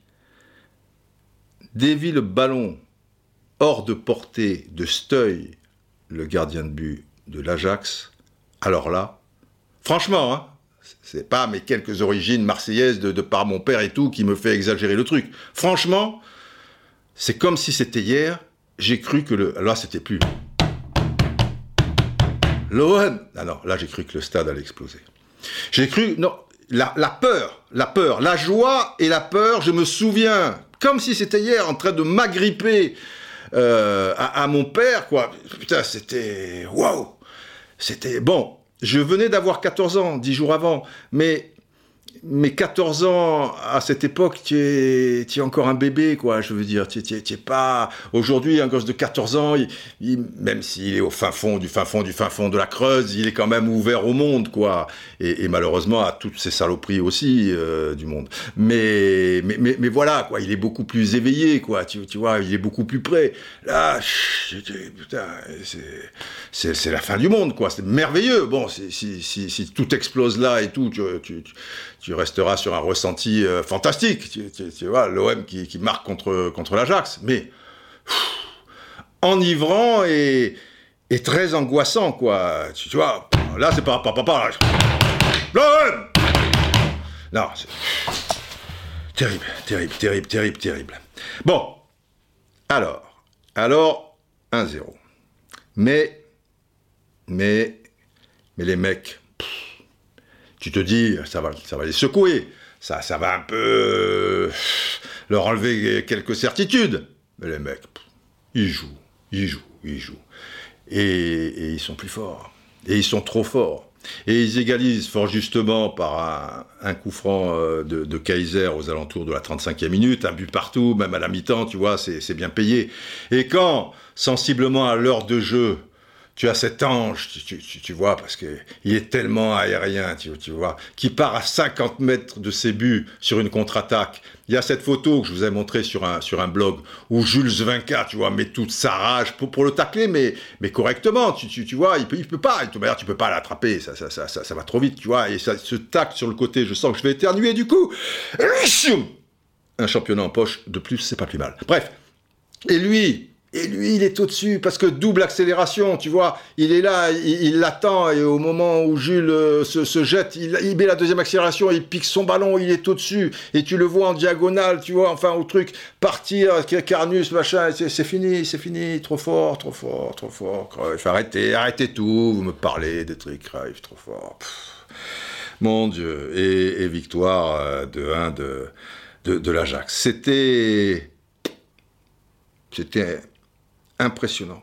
dévie le ballon hors de portée de Steuil, le gardien de but de l'Ajax, alors là, franchement, hein, c'est pas mes quelques origines marseillaises de par mon père et tout qui me fait exagérer le truc. Franchement, c'est comme si c'était hier, j'ai cru que là, c'était plus l'OM. Ah non, là, j'ai cru que le stade allait exploser. J'ai cru, non, la peur, la joie et la peur, je me souviens, comme si c'était hier, en train de m'agripper à mon père, quoi. Putain, c'était... Waouh. C'était... Bon, je venais d'avoir 14 ans, 10 jours avant, mais 14 ans, à cette époque, tu es encore un bébé, quoi, je veux dire. Tu es pas... Aujourd'hui, un gosse de 14 ans, même s'il est au fin fond de la Creuse, il est quand même ouvert au monde, quoi. Et malheureusement, à toutes ces saloperies aussi du monde. Mais voilà, quoi, il est beaucoup plus éveillé, quoi, tu vois, il est beaucoup plus près. Là, putain, c'est la fin du monde, quoi. C'est merveilleux. Bon, si tout explose là et tout, tu resteras sur un ressenti fantastique. Tu vois, l'OM qui marque contre l'Ajax. Mais enivrant et très angoissant, quoi. Tu vois, là, c'est pas là. L'OM. Non, c'est terrible. Bon, alors 1-0. Mais les mecs... Tu te dis, ça va les secouer, ça va un peu leur enlever quelques certitudes. Mais les mecs, ils jouent. Et ils sont plus forts. Et ils sont trop forts. Et ils égalisent fort justement par un coup franc de Kaiser aux alentours de la 35e minute, un but partout, même à la mi-temps, tu vois, c'est bien payé. Et quand, sensiblement à l'heure de jeu, tu as cet ange, tu vois, parce qu'il est tellement aérien, tu vois, qui part à 50 mètres de ses buts sur une contre-attaque. Il y a cette photo que je vous ai montrée sur un blog, où Jules Vinca, tu vois, met toute sa rage pour le tacler, mais correctement, tu vois, il peut pas, d'ailleurs, tu peux pas l'attraper, ça va trop vite, tu vois, et ça se tacle sur le côté, je sens que je vais éternuer du coup. Un championnat en poche, de plus, c'est pas plus mal. Bref, et lui... Et lui, il est au-dessus, parce que double accélération, tu vois, il est là, il l'attend, et au moment où Jules se jette, il met la deuxième accélération, il pique son ballon, il est au-dessus, et tu le vois en diagonale, tu vois, enfin, au truc, partir, Carnus, machin, c'est fini, trop fort, Cruyff, arrêtez tout, vous me parlez des trucs, Cruyff, trop fort, mon Dieu, et victoire 2-1 de l'Ajax. C'était impressionnant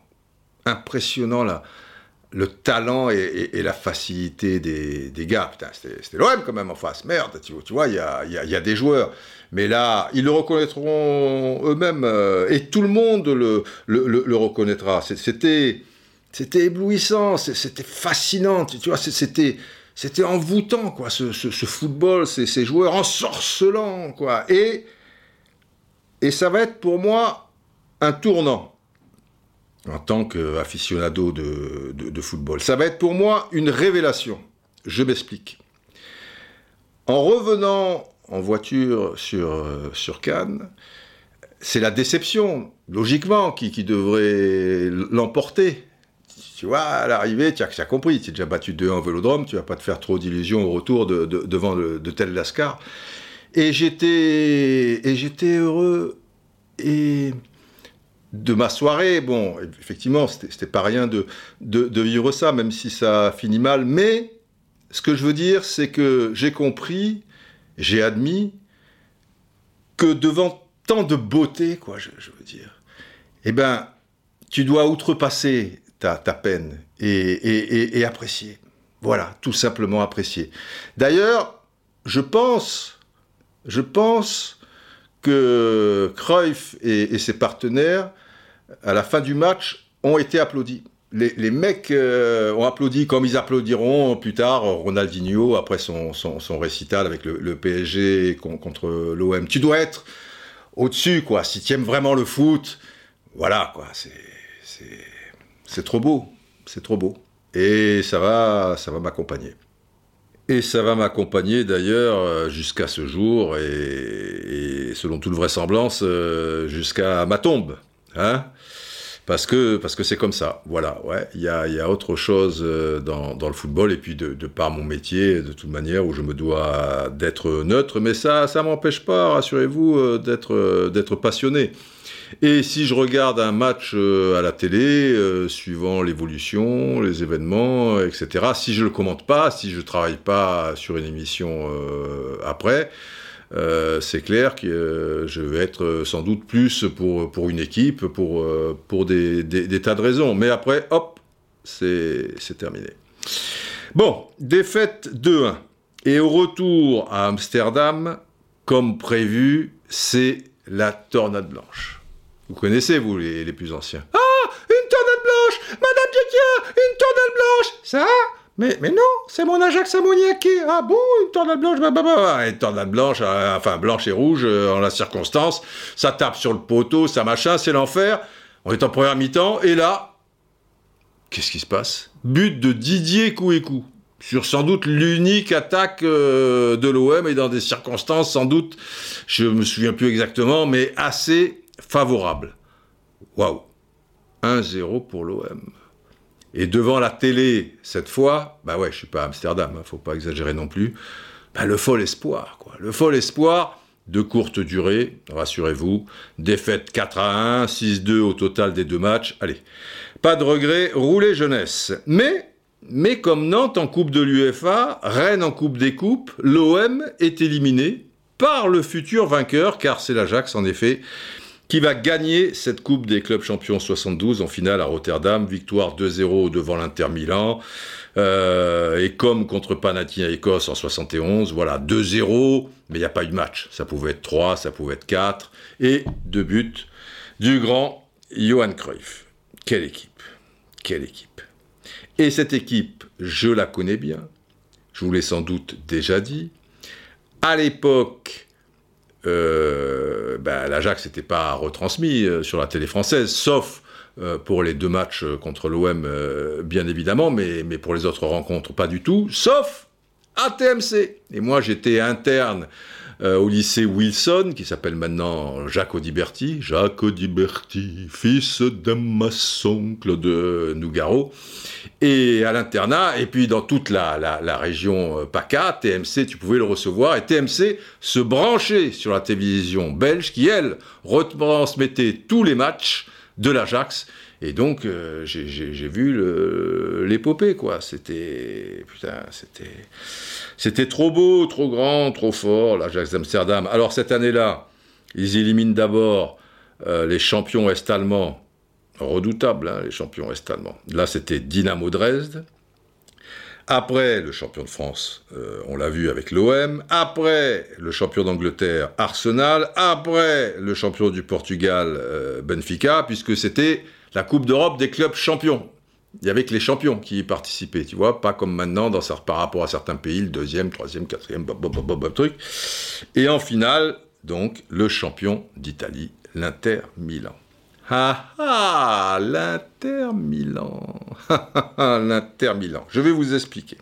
le talent et la facilité des gars. Putain, c'était l'OM quand même en face. Merde, tu vois, il y a des joueurs. Mais là, ils le reconnaîtront eux-mêmes et tout le monde le reconnaîtra. C'était éblouissant, c'était fascinant. Tu vois, c'était envoûtant, quoi, ce football, ces joueurs ensorcelants, quoi. Et ça va être pour moi un tournant en tant qu'aficionado de football. Ça va être pour moi une révélation. Je m'explique. En revenant en voiture sur Cannes, c'est la déception, logiquement, qui devrait l'emporter. Tu vois, à l'arrivée, tu as compris, tu es déjà battu 2-1 au Vélodrome, tu vas pas te faire trop d'illusions au retour devant de Tel Lascar. Et j'étais heureux et de ma soirée. Bon, effectivement, c'était pas rien de vivre ça, même si ça finit mal. Mais ce que je veux dire, c'est que j'ai compris, j'ai admis que devant tant de beauté, quoi, je veux dire, eh ben, tu dois outrepasser ta peine et apprécier. Voilà, tout simplement apprécier. D'ailleurs, je pense que Cruyff et ses partenaires, à la fin du match, ont été applaudis. Les mecs ont applaudi comme ils applaudiront plus tard Ronaldinho après son récital avec le PSG contre l'OM. Tu dois être au-dessus, quoi. Si tu aimes vraiment le foot, voilà, quoi. C'est trop beau. C'est trop beau. Et ça va m'accompagner. Et ça va m'accompagner d'ailleurs jusqu'à ce jour et selon toute vraisemblance jusqu'à ma tombe, hein, parce que c'est comme ça. Voilà, ouais, il y a autre chose dans le football et puis de par mon métier de toute manière où je me dois d'être neutre, mais ça m'empêche pas, rassurez-vous, d'être passionné. Et si je regarde un match à la télé, suivant l'évolution, les événements, etc., si je le commente pas, si je travaille pas sur une émission après, c'est clair que je vais être sans doute plus pour une équipe, pour des tas de raisons. Mais après, hop, c'est terminé. Bon, défaite 2-1. Et au retour à Amsterdam, comme prévu, c'est la tornade blanche. Vous connaissez, vous, les plus anciens. Ah, une tornade blanche, Madame Dietia, une tornade blanche. Ça, mais non, c'est mon Ajax ammoniaqué. Ah bon, une tornade blanche, une tornade blanche, enfin blanche et rouge en la circonstance. Ça tape sur le poteau, ça machin, c'est l'enfer. On est en première mi-temps et là, qu'est-ce qui se passe? But de Didier Kouékou. Sur sans doute l'unique attaque de l'OM et dans des circonstances sans doute, je me souviens plus exactement, mais assez favorable. Waouh, 1-0 pour l'OM. Et devant la télé, cette fois, bah ouais, je suis pas à Amsterdam, faut pas exagérer non plus, bah le fol espoir, quoi. Le fol espoir de courte durée, rassurez-vous, défaite 4-1, 6-2 au total des deux matchs, allez, pas de regret, roulez jeunesse. Mais comme Nantes en Coupe de l'UEFA, Rennes en Coupe des Coupes, l'OM est éliminé par le futur vainqueur, car c'est l'Ajax en effet, qui va gagner cette Coupe des clubs champions 72 en finale à Rotterdam, victoire 2-0 devant l'Inter Milan, et comme contre Panathinaïkos en 71, voilà, 2-0, mais il n'y a pas eu de match, ça pouvait être 3, ça pouvait être 4, et 2 buts du grand Johan Cruyff. Quelle équipe, quelle équipe. Et cette équipe, je la connais bien, je vous l'ai sans doute déjà dit, à l'époque, l'Ajax n'était pas retransmis sur la télé française, sauf pour les 2 matchs contre l'OM, bien évidemment, mais pour les autres rencontres, pas du tout, sauf à TMC. Et moi, j'étais interne au lycée Wilson, qui s'appelle maintenant Jacques Audiberti. Jacques Audiberti, fils d'un maçon, Claude Nougaro. Et à l'internat, et puis dans toute la région PACA, TMC, tu pouvais le recevoir, et TMC se branchait sur la télévision belge, qui, elle, retransmettait tous les matchs de l'Ajax. Et donc, j'ai vu l'épopée, quoi. C'était trop beau, trop grand, trop fort, l'Ajax d'Amsterdam. Alors, cette année-là, ils éliminent d'abord les champions est-allemands, redoutables, hein, les champions est-allemands. Là, c'était Dynamo Dresde. Après, le champion de France, on l'a vu avec l'OM. Après, le champion d'Angleterre, Arsenal. Après, le champion du Portugal, Benfica, puisque c'était la Coupe d'Europe des clubs champions. Il y avait que les champions qui y participaient, tu vois, pas comme maintenant par rapport à certains pays, le 2e, 3e, 4e, truc. Et en finale, donc, le champion d'Italie, l'Inter Milan. Ah ah, l'Inter Milan. L'Inter Milan. Je vais vous expliquer.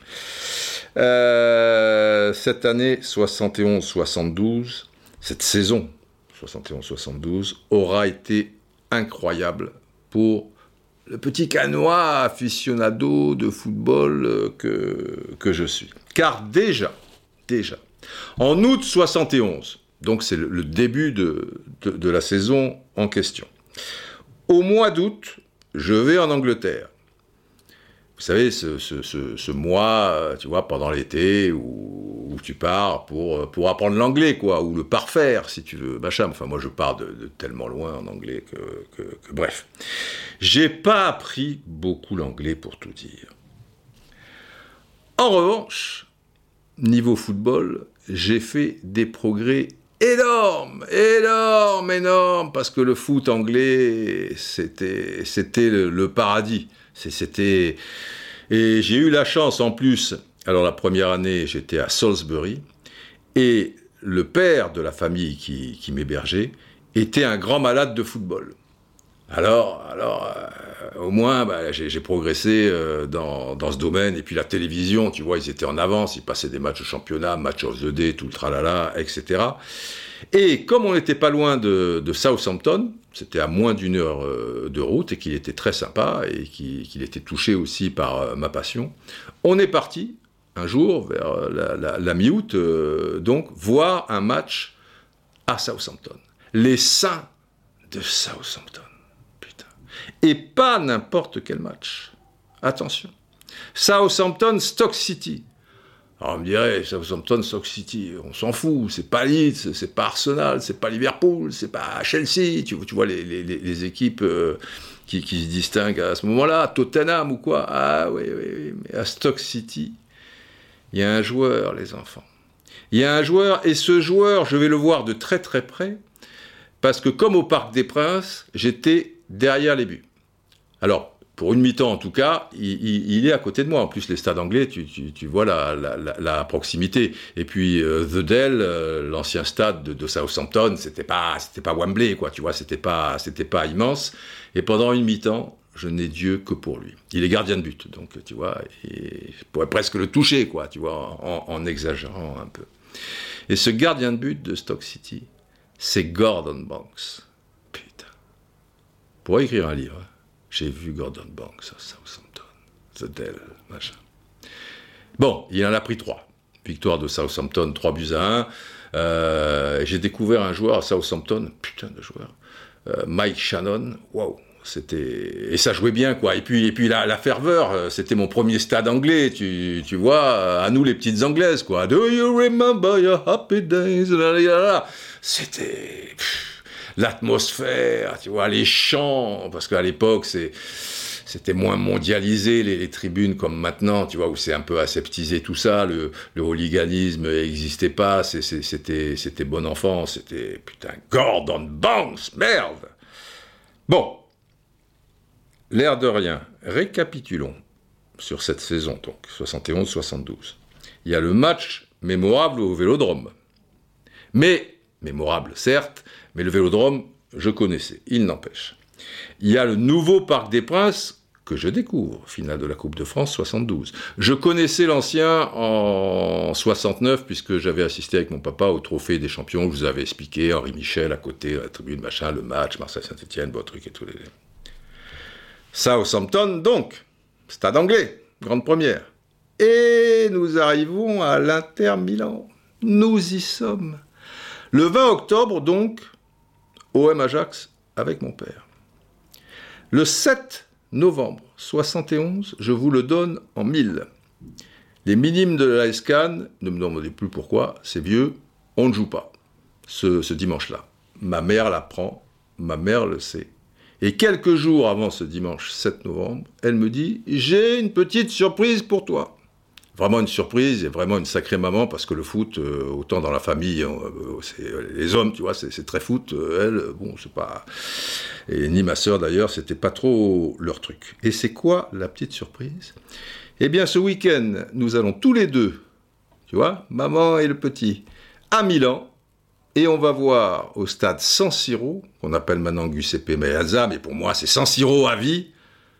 Cette année 71-72, cette saison 71-72 aura été incroyable pour le petit canois aficionado de football que je suis. Car déjà, en août 71, donc c'est le début de la saison en question, au mois d'août, je vais en Angleterre. Vous savez, ce mois, tu vois, pendant l'été, où tu pars pour apprendre l'anglais, quoi, ou le parfaire, si tu veux, machin. Enfin, moi, je pars de tellement loin en anglais que bref. J'ai pas appris beaucoup l'anglais, pour tout dire. En revanche, niveau football, j'ai fait des progrès énormes, parce que le foot anglais, c'était le paradis. Et j'ai eu la chance en plus, alors la première année j'étais à Salisbury, et le père de la famille qui m'hébergeait était un grand malade de football. Alors au moins j'ai progressé dans ce domaine, et puis la télévision, tu vois, ils étaient en avance, ils passaient des matchs de championnat, match of the day, tout le tralala, etc. Et comme on n'était pas loin de Southampton, c'était à moins d'une heure de route, et qu'il était très sympa, et qu'il était touché aussi par ma passion, on est parti un jour, vers la mi-août, donc, voir un match à Southampton. Les Saints de Southampton. Putain. Et pas n'importe quel match. Attention. Southampton-Stoke City. Alors on me dirait, Southampton, Stoke City, on s'en fout, c'est pas Leeds, c'est pas Arsenal, c'est pas Liverpool, c'est pas Chelsea, tu vois les équipes qui se distinguent à ce moment-là, Tottenham ou quoi. Ah oui, mais à Stoke City, il y a un joueur, les enfants. Il y a un joueur, et ce joueur, je vais le voir de très très près, parce que comme au Parc des Princes, j'étais derrière les buts. Alors, pour une mi-temps en tout cas, il est à côté de moi. En plus, les stades anglais, tu vois la proximité. Et puis The Dell, l'ancien stade de Southampton, c'était pas Wembley, quoi. Tu vois, c'était pas immense. Et pendant une mi-temps, je n'ai Dieu que pour lui. Il est gardien de but, donc tu vois, je pourrais presque le toucher, quoi. Tu vois, en exagérant un peu. Et ce gardien de but de Stoke City, c'est Gordon Banks. Putain. Pour écrire un livre. J'ai vu Gordon Banks à Southampton, The Dell, machin. Bon, il en a pris 3. Victoire de Southampton, 3-1. J'ai découvert un joueur à Southampton, putain de joueur, Mike Shannon, waouh, et ça jouait bien, quoi. Et puis la ferveur, c'était mon premier stade anglais, tu vois, à nous les petites anglaises, quoi. Do you remember your happy days? C'était l'atmosphère, tu vois, les chants, parce qu'à l'époque, c'était moins mondialisé, les tribunes comme maintenant, tu vois, où c'est un peu aseptisé tout ça, le hooliganisme n'existait pas, c'était bon enfant, c'était, putain, Gordon Banks, merde. Bon, l'air de rien, récapitulons sur cette saison, donc, 71-72. Il y a le match mémorable au Vélodrome. Mais, mémorable, certes, mais le Vélodrome, je connaissais, il n'empêche. Il y a le nouveau Parc des Princes que je découvre, finale de la Coupe de France 72. Je connaissais l'ancien en 69, puisque j'avais assisté avec mon papa au Trophée des Champions, que je vous avais expliqué, Henri Michel à côté, à la tribune, machin, le match, Marseille-Saint-Etienne, beau truc et tout. Southampton, donc, stade anglais, grande première. Et nous arrivons à l'Inter Milan. Nous y sommes. Le 20 octobre, donc, OM Ajax avec mon père. Le 7 novembre 71, je vous le donne en 1000. Les minimes de la SCAN, ne me demandez plus pourquoi, c'est vieux, on ne joue pas ce dimanche-là. Ma mère l'apprend, ma mère le sait. Et quelques jours avant ce dimanche 7 novembre, elle me dit « J'ai une petite surprise pour toi ». Vraiment une surprise et vraiment une sacrée maman, parce que le foot, autant dans la famille, les hommes, tu vois, c'est très foot. Elle, bon, c'est pas... Et ni ma sœur, d'ailleurs, c'était pas trop leur truc. Et c'est quoi la petite surprise ? Eh bien, ce week-end, nous allons tous les deux, tu vois, maman et le petit, à Milan, et on va voir au stade San Siro, qu'on appelle maintenant Giuseppe Meazza, mais pour moi, c'est San Siro à vie,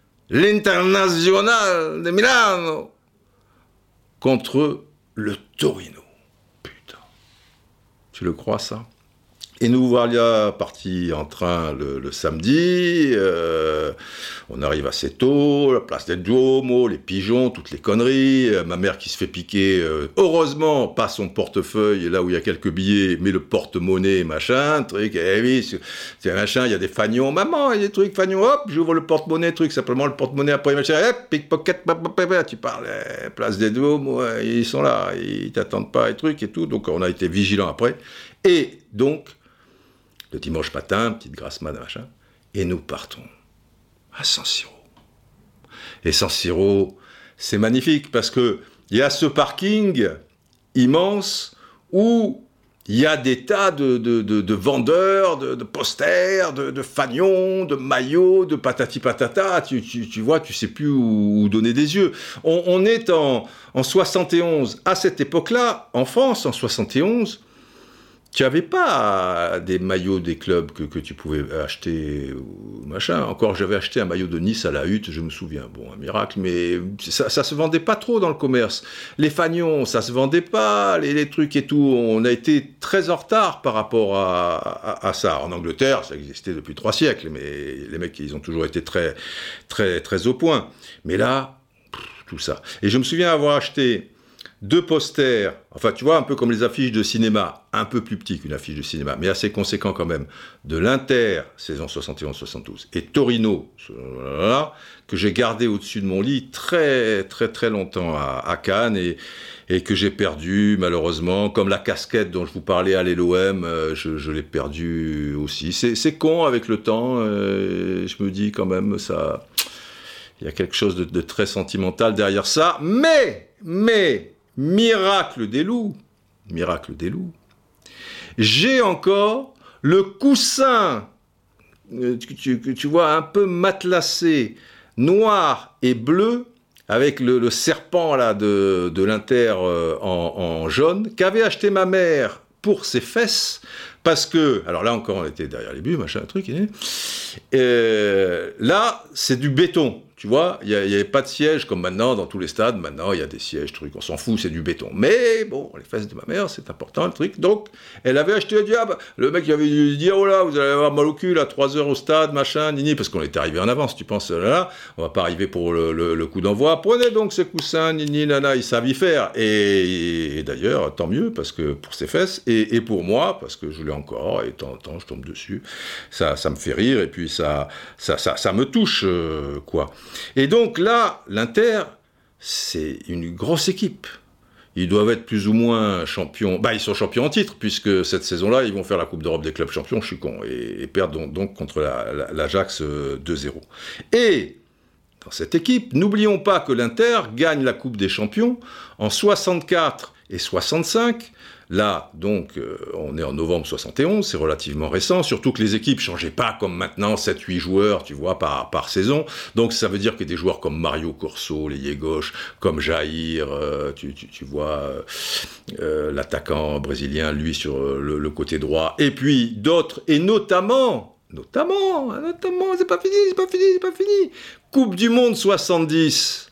l'International de Milano, contre le Torino. Putain. Tu le crois, ça ? Et nous voilà partis en train le samedi, on arrive assez tôt, la place del Duomo, les pigeons, toutes les conneries, ma mère qui se fait piquer, heureusement, pas son portefeuille, là où il y a quelques billets, mais le porte-monnaie, machin, truc, oui, c'est machin, il y a des fagnons, maman, il y a des trucs, fagnons, hop, j'ouvre le porte-monnaie, truc, simplement le porte-monnaie, après, machin, hop, pickpocket, tu parles, place del Duomo, ils sont là, ils t'attendent pas, et trucs, et tout, donc on a été vigilants après, et donc, le dimanche matin, petite grasse mat, machin, et nous partons à San Siro. Et San Siro, c'est magnifique, parce que il y a ce parking immense où il y a des tas de vendeurs, de posters, de fagnons, de maillots, de patati patata, tu vois, tu sais plus où donner des yeux. On est en 71, à cette époque-là, en France, en 71, tu n'avais pas des maillots des clubs que tu pouvais acheter ou machin. Encore, j'avais acheté un maillot de Nice à la Hutte, je me souviens. Bon, un miracle, mais ça se vendait pas trop dans le commerce. Les fagnons, ça se vendait pas, les trucs et tout. On a été très en retard par rapport à ça. En Angleterre, ça existait depuis 3 siècles, mais les mecs, ils ont toujours été très, très, très au point. Mais là, tout ça. Et je me souviens avoir acheté 2 posters, enfin tu vois, un peu comme les affiches de cinéma, un peu plus petits qu'une affiche de cinéma, mais assez conséquent quand même, de l'Inter, saison 71-72, et Torino, que j'ai gardé au-dessus de mon lit très très très longtemps à Cannes, et que j'ai perdu malheureusement, comme la casquette dont je vous parlais à l'OM, je l'ai perdu aussi. C'est con avec le temps, je me dis quand même, ça, il y a quelque chose de très sentimental derrière ça, mais miracle des loups, j'ai encore le coussin, tu vois, un peu matelassé, noir et bleu, avec le serpent là de l'Inter en jaune, qu'avait acheté ma mère pour ses fesses, parce que, alors là encore on était derrière les buts, machin, truc, là c'est du béton. Tu vois, il n'y avait pas de siège comme maintenant dans tous les stades. Maintenant, il y a des sièges, trucs, on s'en fout, c'est du béton. Mais bon, les fesses de ma mère, c'est important, le truc. Donc, elle avait acheté le diable. Le mec, il avait dû dire, oh là, vous allez avoir mal au cul, là, 3 heures au stade, machin, nini, parce qu'on était arrivé en avance, tu penses, là, on va pas arriver pour le coup d'envoi. Prenez donc ces coussins, nini, nana, ils savent y faire. Et d'ailleurs, tant mieux, parce que pour ses fesses, et pour moi, parce que je l'ai encore, et de temps en temps, je tombe dessus. Ça me fait rire, et puis ça me touche, quoi. Et donc là, l'Inter, c'est une grosse équipe. Ils doivent être plus ou moins champions. Bah, ils sont champions en titre, puisque cette saison-là, ils vont faire la Coupe d'Europe des clubs champions, je suis con, et perdent donc contre l'Ajax 2-0. Et dans cette équipe, n'oublions pas que l'Inter gagne la Coupe des champions en 64 et 65. Là, donc, on est en novembre 71, c'est relativement récent, surtout que les équipes changeaient pas comme maintenant, 7-8 joueurs, tu vois, par saison. Donc, ça veut dire que des joueurs comme Mario Corso, l'ailier gauche, comme Jair, tu vois, l'attaquant brésilien, lui, sur le côté droit, et puis d'autres, et notamment, c'est pas fini, Coupe du Monde 70,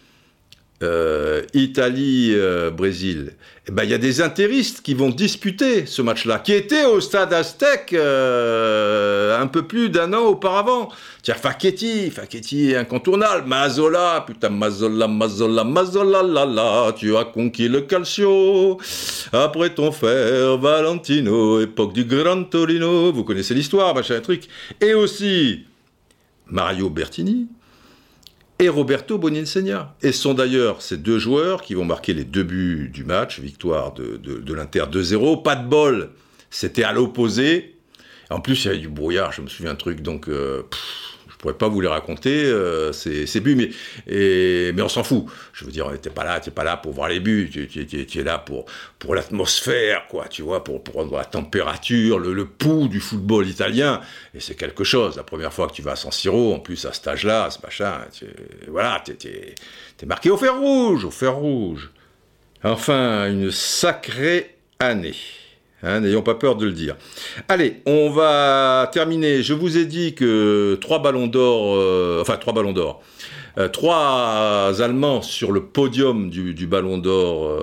Italie, Brésil. Eh ben, il y a des intéristes qui vont disputer ce match-là, qui étaient au stade Aztec un peu plus d'un an auparavant. Tiens, Facchetti est incontournable. Mazzola, putain, Mazzola, tu as conquis le calcio. Après ton frère Valentino, époque du Gran Torino. Vous connaissez l'histoire, machin, truc. Et aussi Mario Bertini et Roberto Boninsegna. Et ce sont d'ailleurs ces deux joueurs qui vont marquer les 2 buts du match, victoire de l'Inter 2-0. Pas de bol, c'était à l'opposé. En plus, il y avait du brouillard, je me souviens un truc, donc je pourrais pas vous les raconter, ces buts, mais on s'en fout. Je veux dire, t'es pas là pour voir les buts, tu es là pour l'atmosphère, quoi, tu vois, pour la température, le pouls du football italien, et c'est quelque chose. La première fois que tu vas à San Siro, en plus à cet âge-là, ce machin, t'es marqué au fer rouge. Enfin, une sacrée année. N'ayons pas peur de le dire. Allez, on va terminer. Je vous ai dit que 3 ballons d'or, 3 Allemands sur le podium du Ballon d'Or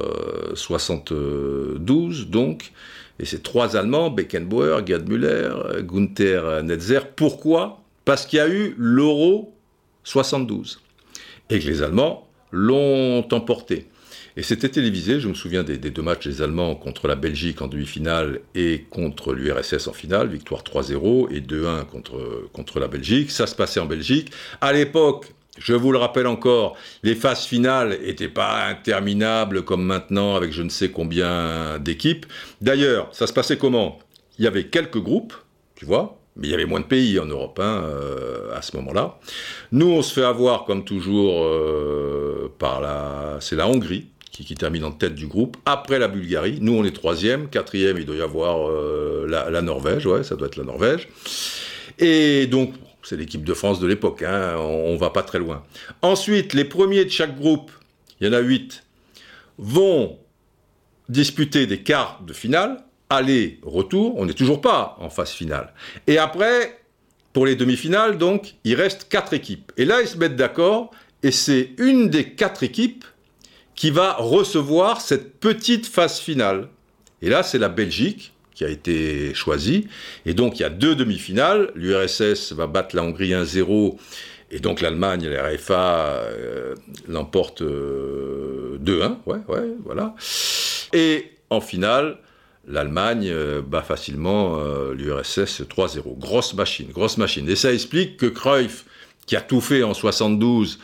72, donc. Et ces 3 Allemands, Beckenbauer, Gerd Müller, Günther Netzer. Pourquoi ? Parce qu'il y a eu l'Euro 72. Et que les Allemands l'ont emporté. Et c'était télévisé, je me souviens des 2 matchs des Allemands contre la Belgique en demi-finale et contre l'URSS en finale, victoire 3-0 et 2-1 contre la Belgique. Ça se passait en Belgique. À l'époque, je vous le rappelle encore, les phases finales n'étaient pas interminables comme maintenant avec je ne sais combien d'équipes. D'ailleurs, ça se passait comment ? Il y avait quelques groupes, tu vois, mais il y avait moins de pays en Europe à ce moment-là. Nous, on se fait avoir, comme toujours, c'est la Hongrie qui termine en tête du groupe, après la Bulgarie. Nous, on est 3e, 4e, il doit y avoir la Norvège, ouais, ça doit être la Norvège. Et donc, c'est l'équipe de France de l'époque, on va pas très loin. Ensuite, les premiers de chaque groupe, il y en a 8, vont disputer des quarts de finale, aller-retour, on n'est toujours pas en phase finale. Et après, pour les demi-finales, donc, il reste 4 équipes. Et là, ils se mettent d'accord, et c'est une des 4 équipes qui va recevoir cette petite phase finale. Et là, c'est la Belgique qui a été choisie. Et donc, il y a 2 demi-finales. L'URSS va battre la Hongrie 1-0. Et donc, l'Allemagne, la RFA, l'emporte 2-1. Ouais, voilà. Et en finale, l'Allemagne bat facilement l'URSS 3-0. Grosse machine. Et ça explique que Cruyff, qui a tout fait en 72,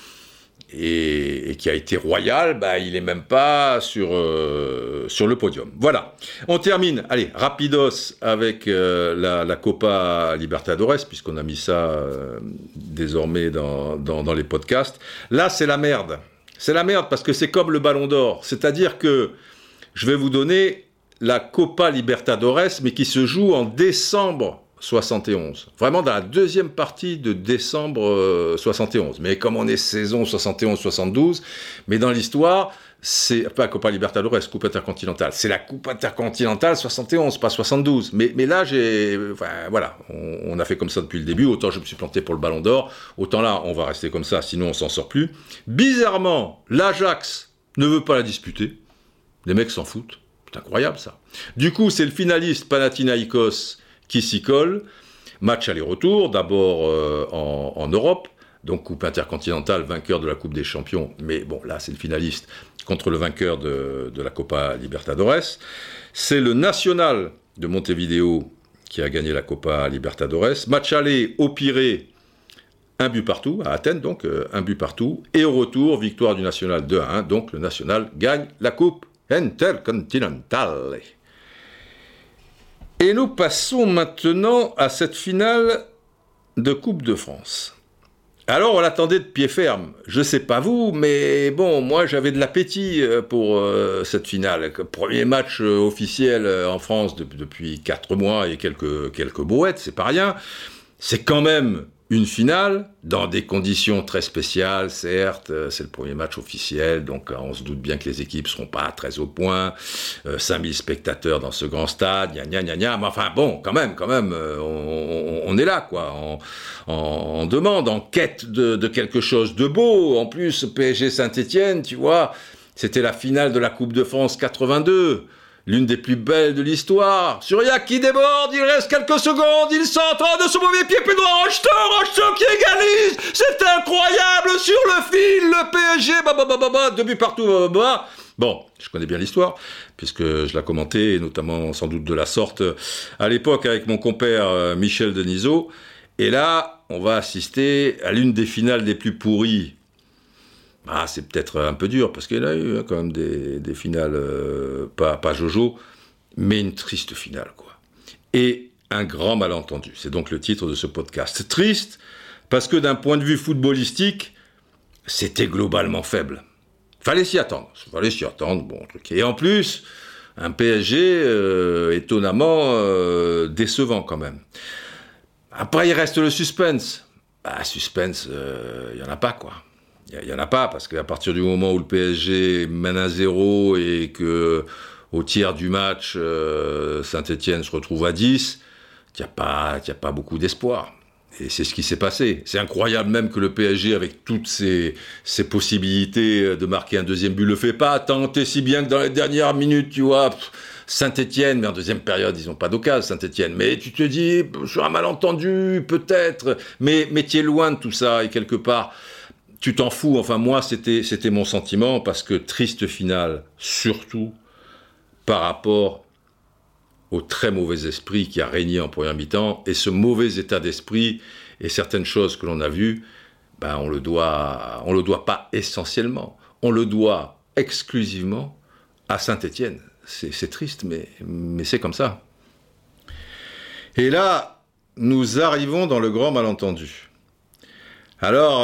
et qui a été royal, il n'est même pas sur le podium. Voilà. On termine, allez, rapidos avec la Copa Libertadores, puisqu'on a mis ça désormais dans les podcasts. Là, c'est la merde. C'est la merde parce que c'est comme le Ballon d'Or. C'est-à-dire que je vais vous donner la Copa Libertadores, mais qui se joue en décembre 71. Vraiment dans la 2e partie de décembre 71. Mais comme on est saison 71-72, mais dans l'histoire, c'est pas Copa Libertadores, Coupe Intercontinentale. C'est la Coupe Intercontinentale 71, pas 72. Mais là, voilà, on a fait comme ça depuis le début. Autant je me suis planté pour le Ballon d'Or, autant là, on va rester comme ça, sinon on s'en sort plus. Bizarrement, l'Ajax ne veut pas la disputer. Les mecs s'en foutent. C'est incroyable, ça. Du coup, c'est le finaliste Panathinaïkos qui s'y colle. Match aller-retour, d'abord en Europe, donc Coupe Intercontinentale, vainqueur de la Coupe des Champions, mais bon, là, c'est le finaliste contre le vainqueur de la Copa Libertadores. C'est le Nacional de Montevideo qui a gagné la Copa Libertadores. Match aller au Pirée, 1 but partout, à Athènes, donc 1 but partout. Et au retour, victoire du Nacional 2-1, donc le Nacional gagne la Coupe Intercontinentale. Et nous passons maintenant à cette finale de Coupe de France. Alors, on l'attendait de pied ferme. Je sais pas vous, mais bon, moi, j'avais de l'appétit pour cette finale. Premier match officiel en France depuis 4 mois et quelques brouettes, c'est pas rien. C'est quand même une finale, dans des conditions très spéciales, certes, c'est le premier match officiel, donc on se doute bien que les équipes ne seront pas très au point, 5000 spectateurs dans ce grand stade, mais enfin bon, quand même, on est là, quoi, on demande, en quête de quelque chose de beau. En plus, PSG Saint-Étienne, tu vois, c'était la finale de la Coupe de France 82, l'une des plus belles de l'histoire. Suriac qui déborde, il reste quelques secondes, il centre de son mauvais pied, puis droit, Rocheteau qui égalise. C'est incroyable, sur le fil, le PSG, 2 buts partout, Bon, je connais bien l'histoire, puisque je l'ai commenté, notamment sans doute de la sorte, à l'époque avec mon compère Michel Denisot. Et là, on va assister à l'une des finales les plus pourries. C'est peut-être un peu dur, parce qu'il y en a eu quand même des finales pas jojo, mais une triste finale, quoi. Et un grand malentendu. C'est donc le titre de ce podcast. Triste, parce que d'un point de vue footballistique, c'était globalement faible. Fallait s'y attendre, bon truc. Et en plus, un PSG étonnamment décevant quand même. Après, il reste le suspense. Suspense, il n'y en a pas, quoi. Il n'y en a pas, parce qu'à partir du moment où le PSG mène 1-0 et qu'au tiers du match, Saint-Étienne se retrouve à 10, il n'y a pas beaucoup d'espoir. Et c'est ce qui s'est passé. C'est incroyable même que le PSG, avec toutes ses possibilités de marquer un deuxième but, le fait pas, tant et si bien que dans les dernières minutes, tu vois, Saint-Étienne, mais en deuxième période, ils n'ont pas d'occasion, Saint-Étienne. Mais tu te dis, sur un malentendu, peut-être, mais tu es loin de tout ça, et quelque part, tu t'en fous. Enfin, moi, c'était mon sentiment, parce que triste finale, surtout par rapport au très mauvais esprit qui a régné en première mi-temps, et ce mauvais état d'esprit et certaines choses que l'on a vues, on le doit pas essentiellement, on le doit exclusivement à Saint-Étienne. C'est triste, mais c'est comme ça. Et là, nous arrivons dans le grand malentendu. Alors,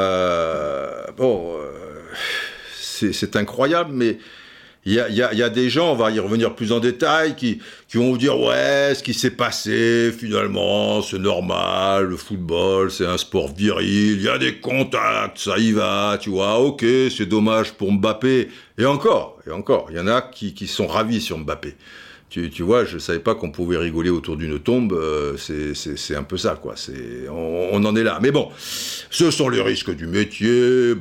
c'est incroyable, mais il y a des gens, on va y revenir plus en détail, qui vont vous dire, ouais, ce qui s'est passé, finalement, c'est normal, le football, c'est un sport viril, il y a des contacts, ça y va, tu vois, ok, c'est dommage pour Mbappé. Et encore, il y en a qui sont ravis sur Mbappé. Tu vois, je ne savais pas qu'on pouvait rigoler autour d'une tombe, c'est un peu ça, quoi. On en est là. Mais bon, ce sont les risques du métier,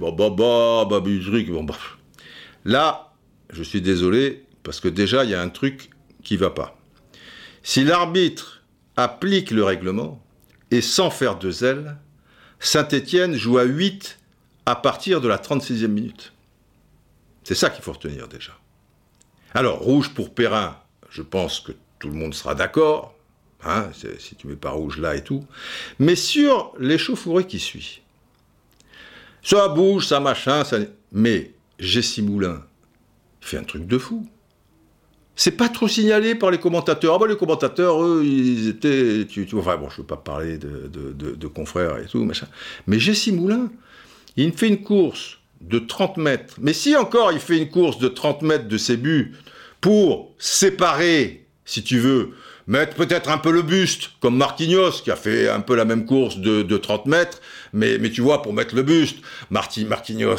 Là, je suis désolé, parce que déjà, il y a un truc qui ne va pas. Si l'arbitre applique le règlement, et sans faire de zèle, Saint-Étienne joue à 8 à partir de la 36e minute. C'est ça qu'il faut retenir déjà. Alors, rouge pour Perrin, je pense que tout le monde sera d'accord, si tu mets pas rouge là et tout. Mais sur l'échauffourée qui suit, ça bouge, ça machin, ça... Mais Jessie Moulin, il fait un truc de fou. C'est pas trop signalé par les commentateurs. Les commentateurs, eux, ils étaient... Enfin bon, je veux pas parler de confrères et tout, machin. Mais Jessie Moulin, il fait une course de 30 mètres. Mais si encore il fait une course de 30 mètres de ses buts pour séparer, si tu veux, mettre peut-être un peu le buste, comme Marquinhos, qui a fait un peu la même course de 30 mètres, mais tu vois, pour mettre le buste, Marquinhos,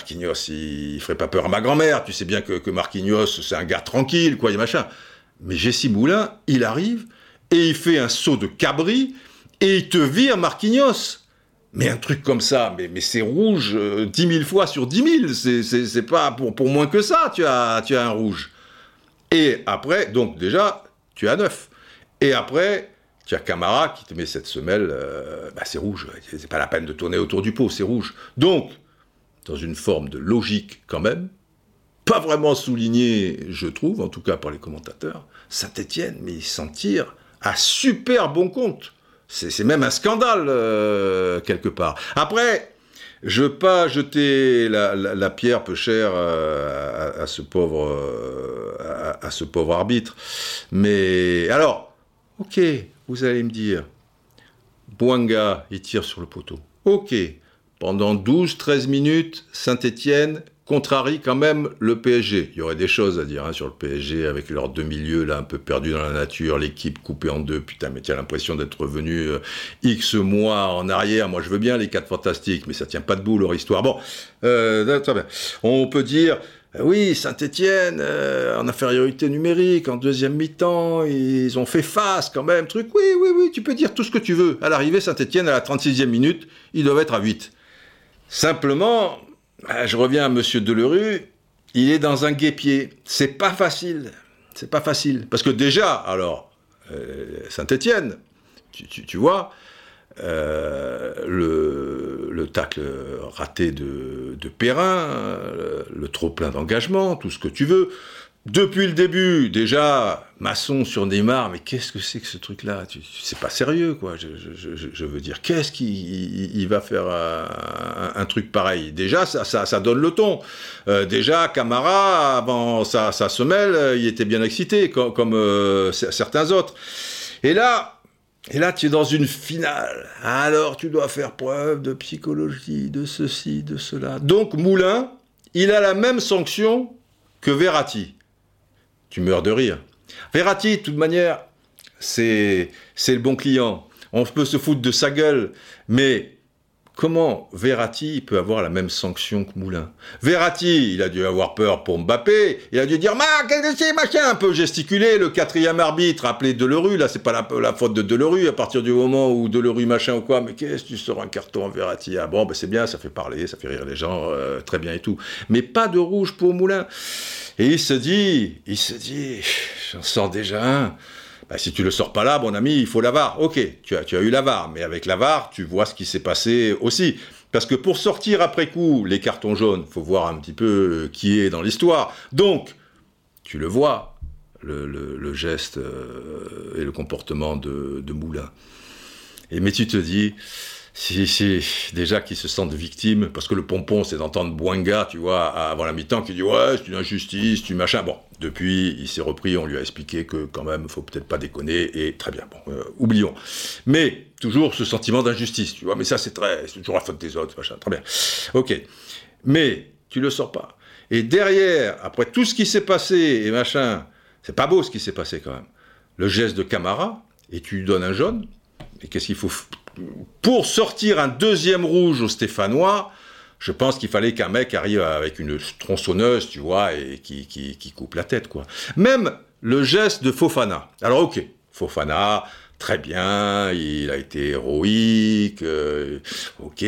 il ferait pas peur à ma grand-mère, tu sais bien que Marquinhos, c'est un gars tranquille, quoi, et machin. Mais Jessie Moulin, il arrive, et il fait un saut de cabri, et il te vire Marquinhos. Mais un truc comme ça, mais c'est rouge 10 000 fois sur 10 000, c'est pas pour moins que ça, tu as un rouge. Et après, donc déjà, tu as 9. Et après, tu as Camara qui te met cette semelle, c'est rouge. C'est pas la peine de tourner autour du pot, c'est rouge. Donc, dans une forme de logique quand même, pas vraiment souligné, je trouve, en tout cas par les commentateurs, Saint-Étienne, mais il s'en tire à super bon compte. C'est même un scandale, quelque part. Après, je veux pas jeter la pierre peu chère à ce pauvre arbitre. Mais alors, ok, vous allez me dire, Bouanga, il tire sur le poteau. Ok, pendant 12-13 minutes, Saint-Étienne contrarie quand même le PSG. Il y aurait des choses à dire sur le PSG, avec leurs deux milieux là un peu perdus dans la nature, l'équipe coupée en deux, putain, mais tu as l'impression d'être revenu X mois en arrière. Moi je veux bien les 4 fantastiques, mais ça tient pas debout leur histoire. Bon, très bien. On peut dire... Oui, Saint-Étienne, en infériorité numérique, en deuxième mi-temps, ils ont fait face quand même, truc. Oui, tu peux dire tout ce que tu veux. À l'arrivée, Saint-Étienne, à la 36e minute, ils doivent être à 8. Simplement, je reviens à Monsieur Delerue, il est dans un guêpier. C'est pas facile. Parce que déjà, alors, Saint-Étienne, tu vois... le tacle raté de Perrin, le trop-plein d'engagement, tout ce que tu veux. Depuis le début, déjà, Masson sur Neymar, mais qu'est-ce que c'est que ce truc-là ? C'est pas sérieux, quoi. Je veux dire, qu'est-ce qu'il va faire un truc pareil ? Déjà, ça donne le ton. Déjà, Camara, avant sa semelle, il était bien excité, comme certains autres. Et là, tu es dans une finale. Alors, tu dois faire preuve de psychologie, de ceci, de cela. Donc, Moulin, il a la même sanction que Verratti. Tu meurs de rire. Verratti, de toute manière, c'est le bon client. On peut se foutre de sa gueule, mais... Comment Verratti peut avoir la même sanction que Moulin ? Verratti, il a dû avoir peur pour Mbappé, il a dû dire « qu'est-ce que c'est, machin ?» un peu gesticuler, le 4e arbitre, appelé Delerue, là c'est pas la faute de Delerue, à partir du moment où Delerue machin ou quoi, mais qu'est-ce que tu sors un carton à Verratti ? Ah bon, ben c'est bien, ça fait parler, ça fait rire les gens, très bien et tout. Mais pas de rouge pour Moulin. Et il se dit, j'en sors déjà un. Ben, si tu le sors pas là, mon ami, il faut la VAR. Ok, tu as eu la VAR, mais avec la VAR, tu vois ce qui s'est passé aussi. Parce que pour sortir après coup les cartons jaunes, il faut voir un petit peu qui est dans l'histoire. Donc, tu le vois, le geste et le comportement de Moulin. Mais tu te dis, si, déjà qu'ils se sentent victimes, parce que le pompon, c'est d'entendre Boinga, tu vois, avant la mi-temps, qui dit « Ouais, c'est une injustice, tu machin ». Bon, depuis, il s'est repris, on lui a expliqué que quand même, il faut peut-être pas déconner, et très bien, bon, oublions. Mais, toujours ce sentiment d'injustice, tu vois, mais ça, c'est toujours la faute des autres, machin, très bien. Ok, mais tu le sors pas. Et derrière, après tout ce qui s'est passé, et machin, c'est pas beau ce qui s'est passé quand même. Le geste de Camara, et tu lui donnes un jaune, et qu'est-ce qu'il faut... Pour sortir un deuxième rouge au Stéphanois, je pense qu'il fallait qu'un mec arrive avec une tronçonneuse, tu vois, et qui coupe la tête, quoi. Même le geste de Fofana. Alors, ok, Fofana, très bien, il a été héroïque, ok,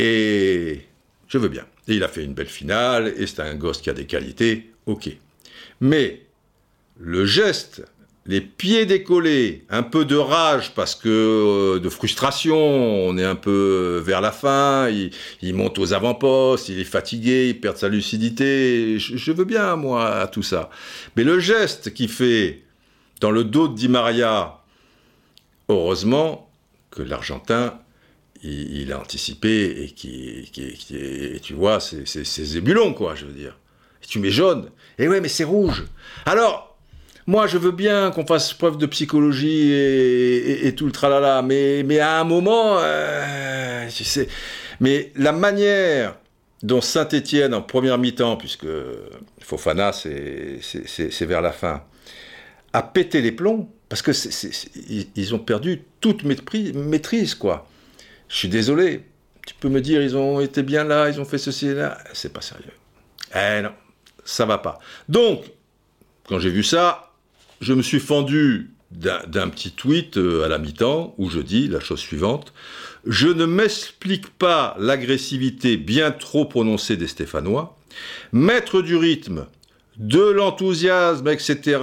je veux bien. Et il a fait une belle finale, et c'est un gosse qui a des qualités, ok. Mais le geste... Les pieds décollés, un peu de rage parce que de frustration, on est un peu vers la fin, il monte aux avant-postes, il est fatigué, il perd sa lucidité, je veux bien moi tout ça. Mais le geste qu'il fait dans le dos de Di Maria, heureusement que l'Argentin, il a anticipé et tu vois, c'est Zébulon quoi, je veux dire. Et tu mets jaune, et ouais mais c'est rouge. Alors, moi, je veux bien qu'on fasse preuve de psychologie et tout le tralala, mais à un moment, tu sais, mais la manière dont Saint-Étienne, en première mi-temps, puisque Fofana, c'est vers la fin, a pété les plombs, parce que ils ont perdu toute maîtrise, quoi. Je suis désolé, tu peux me dire, ils ont été bien là, ils ont fait ceci et là, c'est pas sérieux. Non, ça va pas. Donc, quand j'ai vu ça, je me suis fendu d'un petit tweet à la mi-temps où je dis la chose suivante. Je ne m'explique pas l'agressivité bien trop prononcée des Stéphanois. Mettre du rythme, de l'enthousiasme, etc.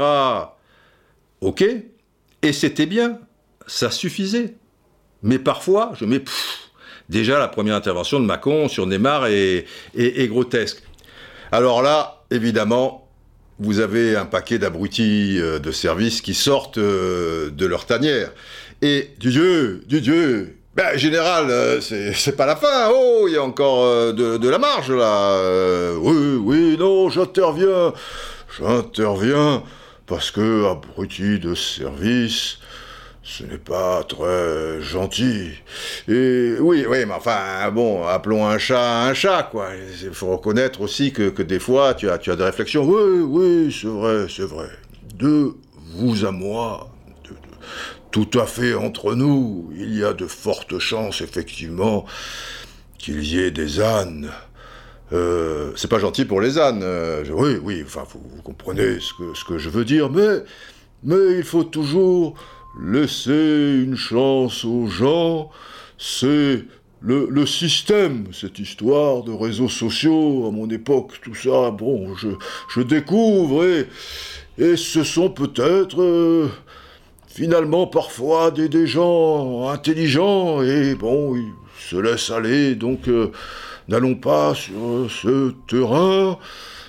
Ok. Et c'était bien. Ça suffisait. Mais parfois, je mets... déjà, la première intervention de Macron sur Neymar est grotesque. Alors là, évidemment... Vous avez un paquet d'abrutis de service qui sortent de leur tanière. Et Dieu, ben, général, c'est pas la fin. Oh, il y a encore de la marge, là. Oui, non, j'interviens. Parce que abruti de service, ce n'est pas très gentil. Et oui, mais enfin, bon, appelons un chat, quoi. Il faut reconnaître aussi que des fois, tu as des réflexions. Oui, c'est vrai. De vous à moi, tout à fait entre nous, il y a de fortes chances, effectivement, qu'il y ait des ânes. C'est pas gentil pour les ânes. Oui, enfin, vous comprenez ce que je veux dire, mais il faut toujours laisser une chance aux gens. C'est le système, cette histoire de réseaux sociaux, à mon époque, tout ça, bon, je découvre, et ce sont peut-être, finalement, parfois, des gens intelligents, et bon, ils se laissent aller, donc n'allons pas sur ce terrain,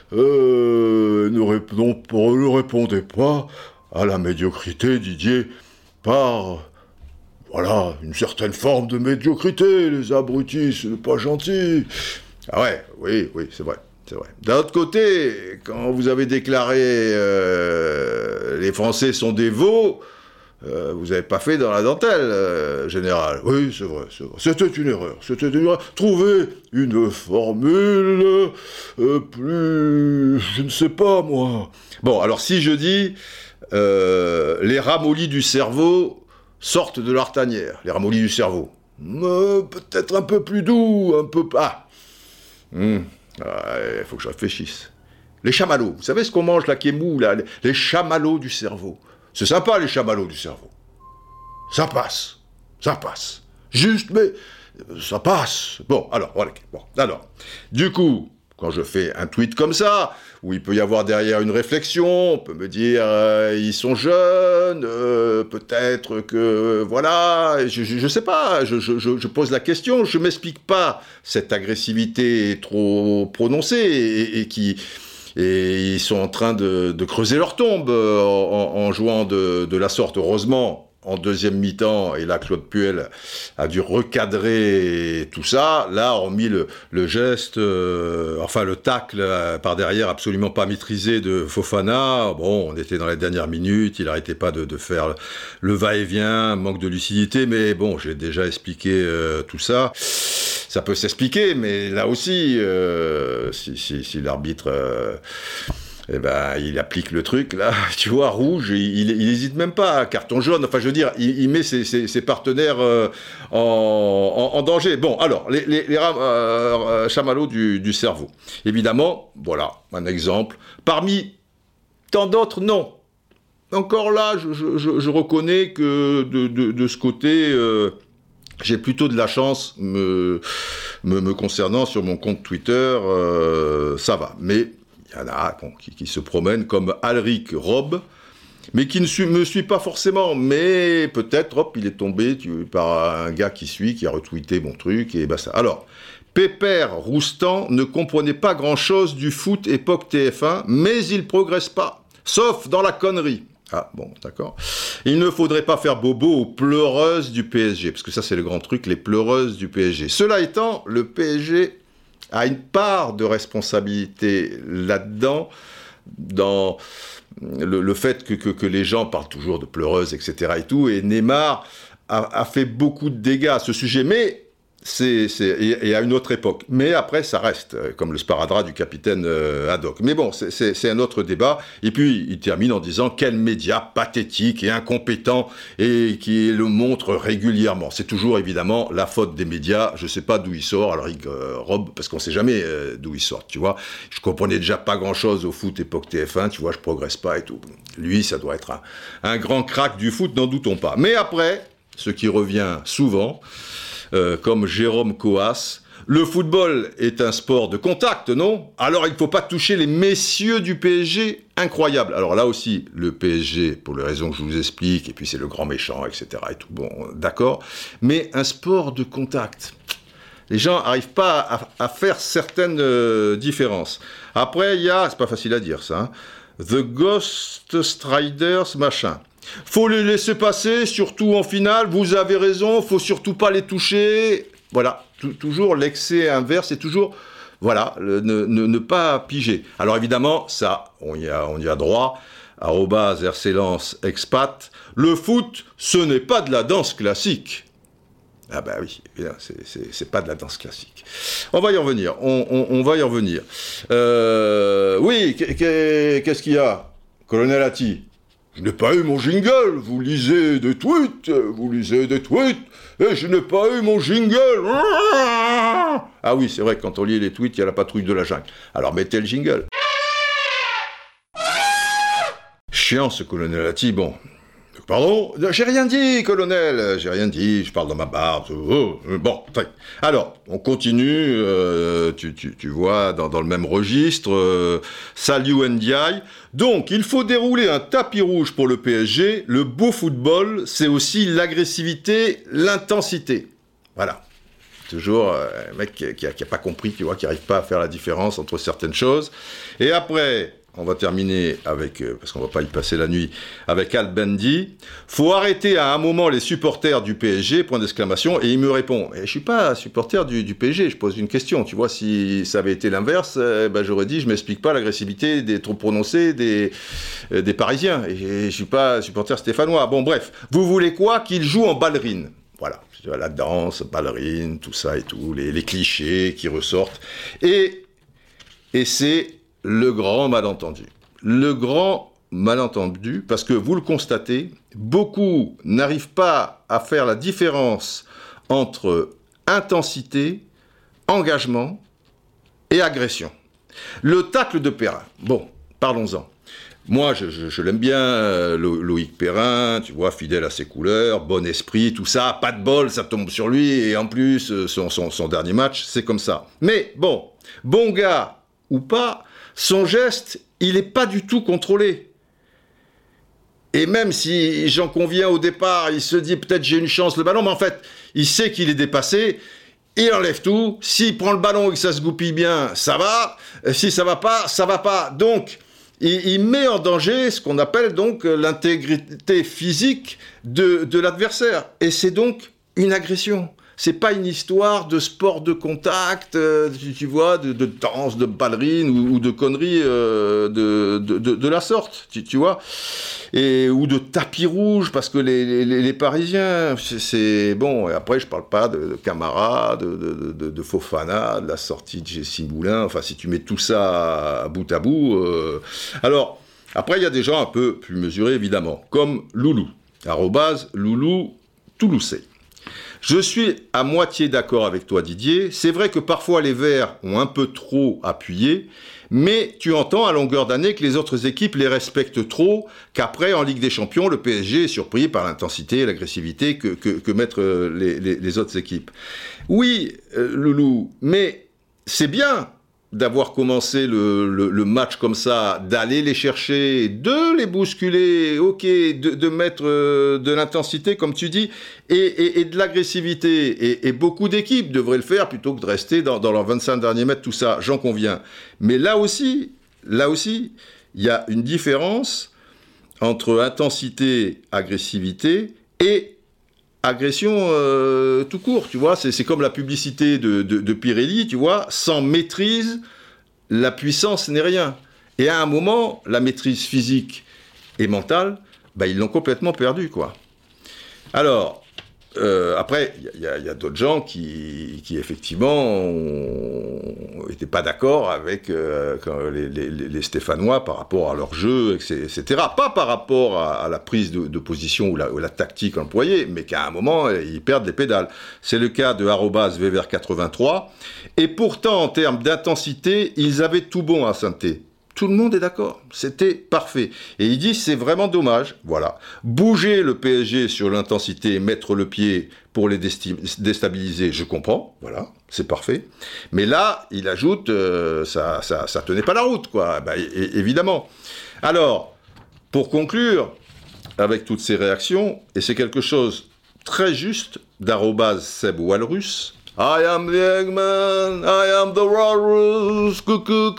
ne répondez pas à la médiocrité, Didier, par, voilà, une certaine forme de médiocrité, les abrutis, ce n'est pas gentil. Ah ouais, oui, c'est vrai. D'un autre côté, quand vous avez déclaré les Français sont des veaux, vous n'avez pas fait dans la dentelle, général. Oui, c'est vrai. C'était une erreur. Trouvez une formule plus... je ne sais pas, moi. Bon, alors si je dis les ramollis du cerveau sortent de leur tanière, les ramollis du cerveau. Peut-être un peu plus doux, un peu... il faut que je réfléchisse. Les chamallows, vous savez ce qu'on mange là qui est mou, là, les chamallows du cerveau. C'est sympa, les chamallows du cerveau. Ça passe. Juste, mais ça passe. Bon, alors, voilà. Du coup, quand je fais un tweet comme ça, où il peut y avoir derrière une réflexion, on peut me dire, ils sont jeunes, peut-être que, voilà, je sais pas, je pose la question, je m'explique pas cette agressivité trop prononcée et ils sont en train de creuser leur tombe en jouant de la sorte. Heureusement, en deuxième mi-temps, et là Claude Puel a dû recadrer tout ça. Là, hormis le geste, enfin le tacle par derrière absolument pas maîtrisé de Fofana, bon, on était dans les dernières minutes, il n'arrêtait pas de faire le va-et-vient, manque de lucidité, mais bon, j'ai déjà expliqué tout ça. Ça peut s'expliquer, mais là aussi, si l'arbitre, il applique le truc, là, tu vois, rouge, il hésite même pas, carton jaune, enfin, je veux dire, il met ses partenaires en danger. Bon, alors, les chamallows du cerveau. Évidemment, voilà, un exemple. Parmi tant d'autres, non. Encore là, je reconnais que de ce côté... j'ai plutôt de la chance me concernant sur mon compte Twitter, ça va. Mais il y en a qui se promènent comme Alric Rob, mais qui ne me suit pas forcément. Mais peut-être, hop, il est tombé par un gars qui a retweeté mon truc, et basta. Alors, Pépère Roustan ne comprenait pas grand-chose du foot époque TF1, mais il progresse pas, sauf dans la connerie. Ah, bon, d'accord. Il ne faudrait pas faire bobo aux pleureuses du PSG, parce que ça, c'est le grand truc, les pleureuses du PSG. Cela étant, le PSG a une part de responsabilité là-dedans, dans le fait que les gens parlent toujours de pleureuses, etc. et tout, et Neymar a fait beaucoup de dégâts à ce sujet, mais... et à une autre époque. Mais après, ça reste, comme le sparadrap du capitaine Haddock. Mais bon, c'est un autre débat. Et puis, il termine en disant « Quel média pathétique et incompétent et qui le montre régulièrement ». C'est toujours, évidemment, la faute des médias. Je ne sais pas d'où il sort. Alors, Rob, parce qu'on ne sait jamais d'où il sort, tu vois. Je comprenais déjà pas grand-chose au foot époque TF1, tu vois, je progresse pas et tout. Lui, ça doit être un grand crack du foot, n'en doutons pas. Mais après, ce qui revient souvent... comme Jérôme Coas, le football est un sport de contact, non? Alors il ne faut pas toucher les messieurs du PSG, incroyable. Alors là aussi, le PSG, pour les raisons que je vous explique, et puis c'est le grand méchant, etc. et tout, bon, d'accord, mais un sport de contact. Les gens n'arrivent pas à faire certaines différences. Après, il y a, c'est pas facile à dire ça, hein, The Ghost Striders, machin. Faut les laisser passer, surtout en finale, vous avez raison, faut surtout pas les toucher. Voilà, toujours l'excès inverse, et toujours, voilà, ne pas piger. Alors évidemment, ça, on y a droit @RCLance expat, le foot, ce n'est pas de la danse classique. Ah bah oui, c'est pas de la danse classique. On va y revenir, on va y revenir. Oui, qu'est-ce qu'il y a, Colonel Hattie? Je n'ai pas eu mon jingle, vous lisez des tweets, et je n'ai pas eu mon jingle. Ah oui, c'est vrai que quand on lit les tweets, il y a la patrouille de la jungle. Alors mettez le jingle. Chiant ce Colonel Hattie, bon. Pardon? J'ai rien dit, colonel, j'ai rien dit, je parle dans ma barbe. Bon, alors, on continue, tu vois, dans le même registre, Saliou Ndiaye. Donc, il faut dérouler un tapis rouge pour le PSG. Le beau football, c'est aussi l'agressivité, l'intensité. Voilà. Toujours un mec qui a pas compris, tu vois, qui n'arrive pas à faire la différence entre certaines choses. Et après... On va terminer avec, parce qu'on va pas y passer la nuit, avec Al Bendi. Faut arrêter à un moment les supporters du PSG, point d'exclamation, et il me répond, je suis pas supporter du PSG, je pose une question, tu vois, si ça avait été l'inverse, j'aurais dit, je m'explique pas l'agressivité trop prononcée des Parisiens, et je suis pas supporter stéphanois. Bon, bref, vous voulez quoi? Qu'il joue en ballerine. Voilà, la danse, ballerine, tout ça et tout, les clichés qui ressortent. Et c'est le grand malentendu. Le grand malentendu, parce que vous le constatez, beaucoup n'arrivent pas à faire la différence entre intensité, engagement et agression. Le tacle de Perrin, bon, parlons-en. Moi, je l'aime bien, Loïc Perrin, tu vois, fidèle à ses couleurs, bon esprit, tout ça, pas de bol, ça tombe sur lui, et en plus, son dernier match, c'est comme ça. Mais bon gars ou pas, son geste, il n'est pas du tout contrôlé. Et même si, j'en conviens au départ, il se dit peut-être j'ai une chance le ballon, mais en fait, il sait qu'il est dépassé, il enlève tout, s'il prend le ballon et que ça se goupille bien, ça va, si ça va pas, ça va pas. Donc, il met en danger ce qu'on appelle donc l'intégrité physique de l'adversaire. Et c'est donc une agression. C'est pas une histoire de sport de contact, tu vois, de danse, de ballerine ou de conneries de la sorte, tu vois, ou de tapis rouge, parce que les Parisiens, c'est bon. Et après, je parle pas de Camara, de Fofana, de la sortie de Jessie Moulin. Enfin, si tu mets tout ça à bout, alors après, il y a des gens un peu plus mesurés, évidemment, comme Loulou, @Loulou Toulousais. Je suis à moitié d'accord avec toi, Didier. C'est vrai que parfois les Verts ont un peu trop appuyé, mais tu entends à longueur d'année que les autres équipes les respectent trop, qu'après, en Ligue des Champions, le PSG est surpris par l'intensité et l'agressivité que mettent les autres équipes. Oui, Loulou, mais c'est bien d'avoir commencé le match comme ça, d'aller les chercher, de les bousculer, ok, de mettre de l'intensité, comme tu dis, et de l'agressivité. Et beaucoup d'équipes devraient le faire plutôt que de rester dans leurs 25 derniers mètres, tout ça, j'en conviens. Mais là aussi, il y a une différence entre intensité, agressivité et agression tout court, tu vois, c'est comme la publicité de Pirelli, tu vois, sans maîtrise, la puissance n'est rien. Et à un moment, la maîtrise physique et mentale, ils l'ont complètement perdue, quoi. Alors, après, il y a d'autres gens qui effectivement n'étaient pas d'accord avec les Stéphanois par rapport à leur jeu, etc. Pas par rapport à la prise de position ou la tactique employée, mais qu'à un moment, ils perdent les pédales. C'est le cas de @Vever83. Et pourtant, en termes d'intensité, ils avaient tout bon à Saint-Étienne. Tout le monde est d'accord, c'était parfait. Et il dit, c'est vraiment dommage, voilà. Bouger le PSG sur l'intensité, mettre le pied pour les déstabiliser, je comprends, voilà, c'est parfait. Mais là, il ajoute, ça tenait pas la route, quoi, évidemment. Alors, pour conclure, avec toutes ces réactions, et c'est quelque chose très juste d'Seb Walrus, I am the Eggman, I am the Walrus, coucou,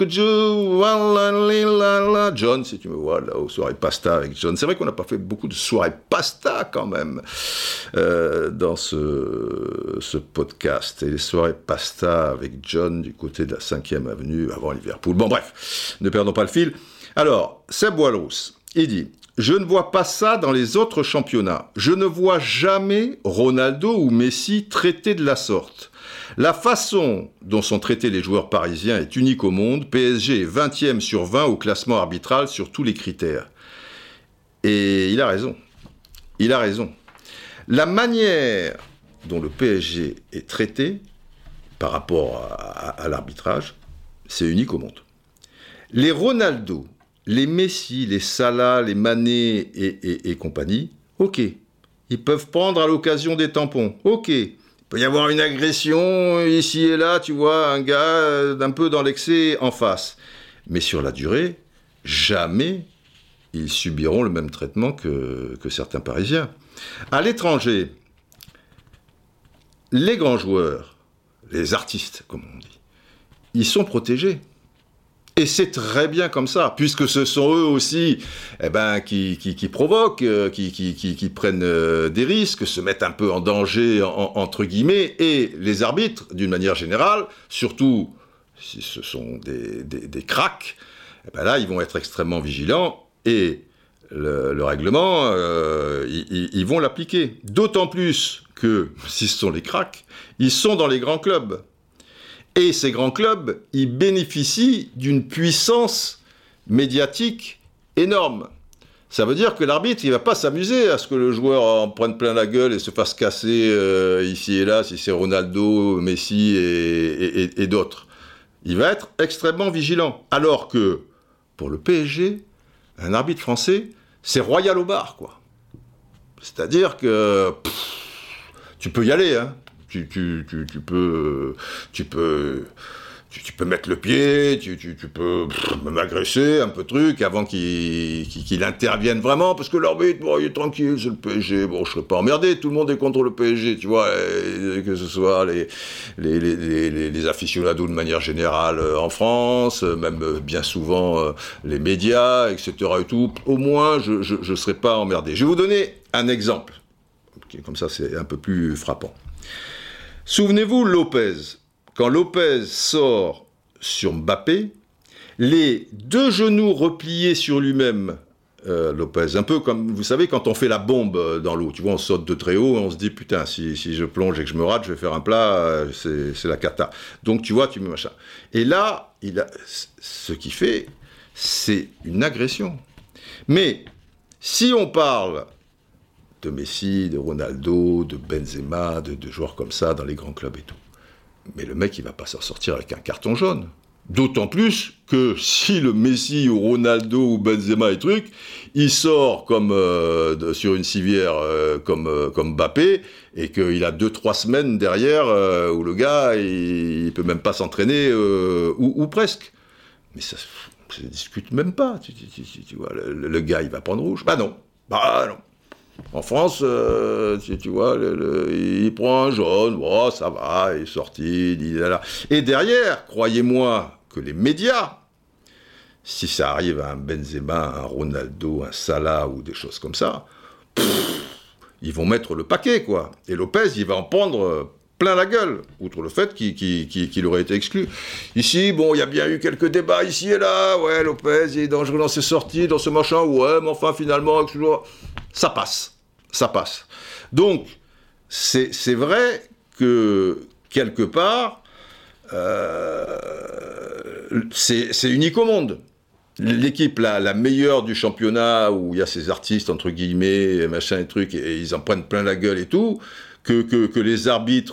John, si tu me vois là aux soirées pasta avec John. C'est vrai qu'on n'a pas fait beaucoup de soirées pasta quand même dans ce podcast. Et les soirées pasta avec John du côté de la 5e avenue avant Liverpool. Bon bref, ne perdons pas le fil. Alors, Seb Walrus, Il dit « Je ne vois pas ça dans les autres championnats. Je ne vois jamais Ronaldo ou Messi traités de la sorte. La façon dont sont traités les joueurs parisiens est unique au monde. PSG est 20e sur 20 au classement arbitral sur tous les critères. » Et il a raison. Il a raison. La manière dont le PSG est traité par rapport à l'arbitrage, c'est unique au monde. Les Ronaldo, les Messi, les Salah, les Mané et compagnie, ok. Ils peuvent prendre à l'occasion des tampons, ok. Il peut y avoir une agression ici et là, tu vois, un gars d'un peu dans l'excès en face. Mais sur la durée, jamais ils subiront le même traitement que certains Parisiens. À l'étranger, les grands joueurs, les artistes, comme on dit, ils sont protégés. Et c'est très bien comme ça, puisque ce sont eux aussi qui provoquent, qui prennent des risques, se mettent un peu en danger, entre guillemets, et les arbitres, d'une manière générale, surtout si ce sont des cracks, là, ils vont être extrêmement vigilants, et le règlement, ils vont l'appliquer. D'autant plus que, si ce sont les cracks, ils sont dans les grands clubs. Et ces grands clubs, ils bénéficient d'une puissance médiatique énorme. Ça veut dire que l'arbitre, il ne va pas s'amuser à ce que le joueur en prenne plein la gueule et se fasse casser ici et là, si c'est Ronaldo, Messi et d'autres. Il va être extrêmement vigilant. Alors que, pour le PSG, un arbitre français, c'est royal au bar, quoi. C'est-à-dire que tu peux y aller, hein. Tu peux mettre le pied, tu peux m'agresser un peu de truc avant qu'il intervienne vraiment, parce que l'arbitre, bon, il est tranquille, c'est le PSG, bon, je serais pas emmerdé, tout le monde est contre le PSG, tu vois, que ce soit les aficionados de manière générale en France, même bien souvent les médias, etc. et tout, au moins je serais pas emmerdé. Je vais vous donner un exemple, comme ça c'est un peu plus frappant. Souvenez-vous, Lopez. Quand Lopez sort sur Mbappé, les deux genoux repliés sur lui-même, Lopez, un peu comme, vous savez, quand on fait la bombe dans l'eau, tu vois, on saute de très haut, on se dit, putain, si je plonge et que je me rate, je vais faire un plat, c'est la cata. Donc, tu vois, tu mets machin. Et là, ce qu'il fait, c'est une agression. Mais, si on parle de Messi, de Ronaldo, de Benzema, de joueurs comme ça dans les grands clubs et tout. Mais le mec, il va pas s'en sortir avec un carton jaune. D'autant plus que si le Messi ou Ronaldo ou Benzema et truc, il sort comme sur une civière comme Mbappé et qu'il a 2-3 semaines derrière où le gars, il peut même pas s'entraîner ou presque. Mais ça se discute même pas. Tu vois, le gars, il va prendre rouge. Bah non. En France, tu vois, il prend un jaune, oh, ça va, il est sorti, il est là. Et derrière, croyez-moi que les médias, si ça arrive à un Benzema, un Ronaldo, un Salah ou des choses comme ça, ils vont mettre le paquet, quoi. Et Lopez, il va en prendre plein la gueule, outre le fait qu'il aurait été exclu. Ici, bon, il y a bien eu quelques débats ici et là, ouais, Lopez, il est dangereux dans ses sorties, dans ce machin, ouais, mais enfin, finalement, ça passe. Donc, c'est vrai que, quelque part, c'est unique au monde. L'équipe la meilleure du championnat, où il y a ces artistes, entre guillemets, machin et trucs, et ils en prennent plein la gueule et tout, que les arbitres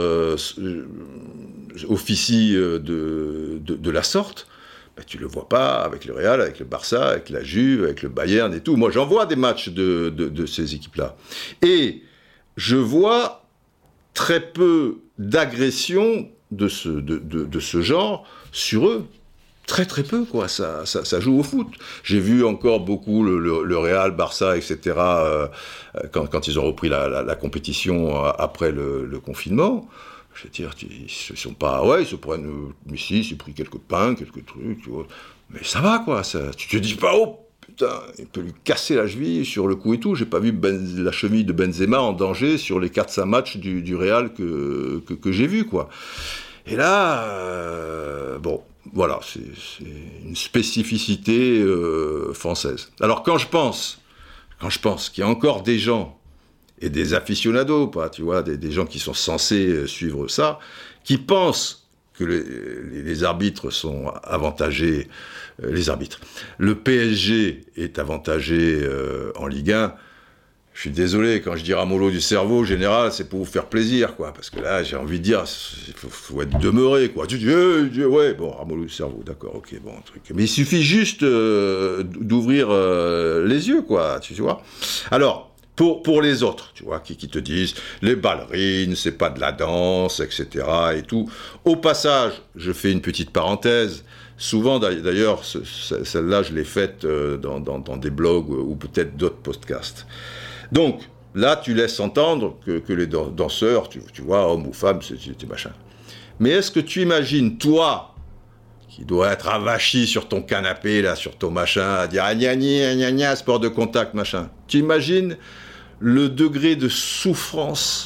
officient de la sorte, tu le vois pas avec le Real, avec le Barça, avec la Juve, avec le Bayern et tout. Moi, j'en vois des matchs de ces équipes-là. Et je vois très peu d'agressions de ce genre sur eux. Très très peu, quoi. Ça joue au foot. J'ai vu encore beaucoup le Real, Barça, etc. Quand ils ont repris la compétition après le confinement. Je veux dire, ils se sont pas... Ouais, ils se prennent... Messi, il s'est pris quelques pains, quelques trucs, tu vois. Mais ça va, quoi. Tu te dis pas, oh, putain, il peut lui casser la cheville sur le coup et tout. J'ai pas vu la cheville de Benzema en danger sur les 4-5 matchs du Real que j'ai vu, quoi. Et là, bon, Voilà, c'est une spécificité française. Alors quand je pense qu'il y a encore des gens, et des aficionados, pas, tu vois, des gens qui sont censés suivre ça, qui pensent que les arbitres sont avantagés, les arbitres. Le PSG est avantagé en Ligue 1. Je suis désolé, quand je dis ramollo du cerveau, général, c'est pour vous faire plaisir, quoi. Parce que là, j'ai envie de dire, il faut être demeuré, quoi. Tu dis, ouais, bon, ramollo du cerveau, d'accord, ok, bon, truc. Mais il suffit juste d'ouvrir les yeux, quoi, tu vois. Alors, pour les autres, tu vois, qui te disent, les ballerines, c'est pas de la danse, etc., et tout. Au passage, je fais une petite parenthèse. Souvent, d'ailleurs, celle-là, je l'ai faite dans des blogs ou peut-être d'autres podcasts. Donc, là, tu laisses entendre que les danseurs, tu vois, hommes ou femmes, c'est machin. Mais est-ce que tu imagines, toi, qui dois être avachi sur ton canapé, là, sur ton machin, à dire « gna gna gna gna, sport de contact, machin », tu imagines le degré de souffrance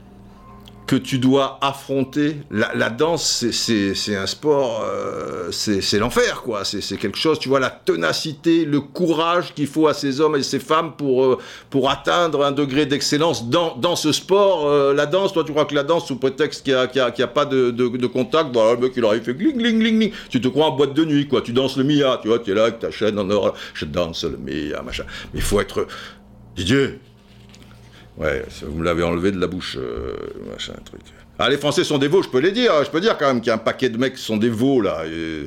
que tu dois affronter. La danse, c'est un sport, c'est l'enfer, quoi. C'est quelque chose, tu vois, la ténacité, le courage qu'il faut à ces hommes et ces femmes pour atteindre un degré d'excellence dans ce sport. La danse, toi, tu crois que la danse, sous prétexte qu'il n'y a pas de contact, bah, le mec, il aurait fait gling, gling, gling, gling. Tu te crois en boîte de nuit, quoi. Tu danses le Mia, tu vois, tu es là avec ta chaîne en or, je danse le Mia, machin. Mais il faut être... Didier. Ouais, vous me l'avez enlevé de la bouche, machin, truc. Ah, les Français sont des veaux, je peux dire quand même qu'il y a un paquet de mecs qui sont des veaux, là.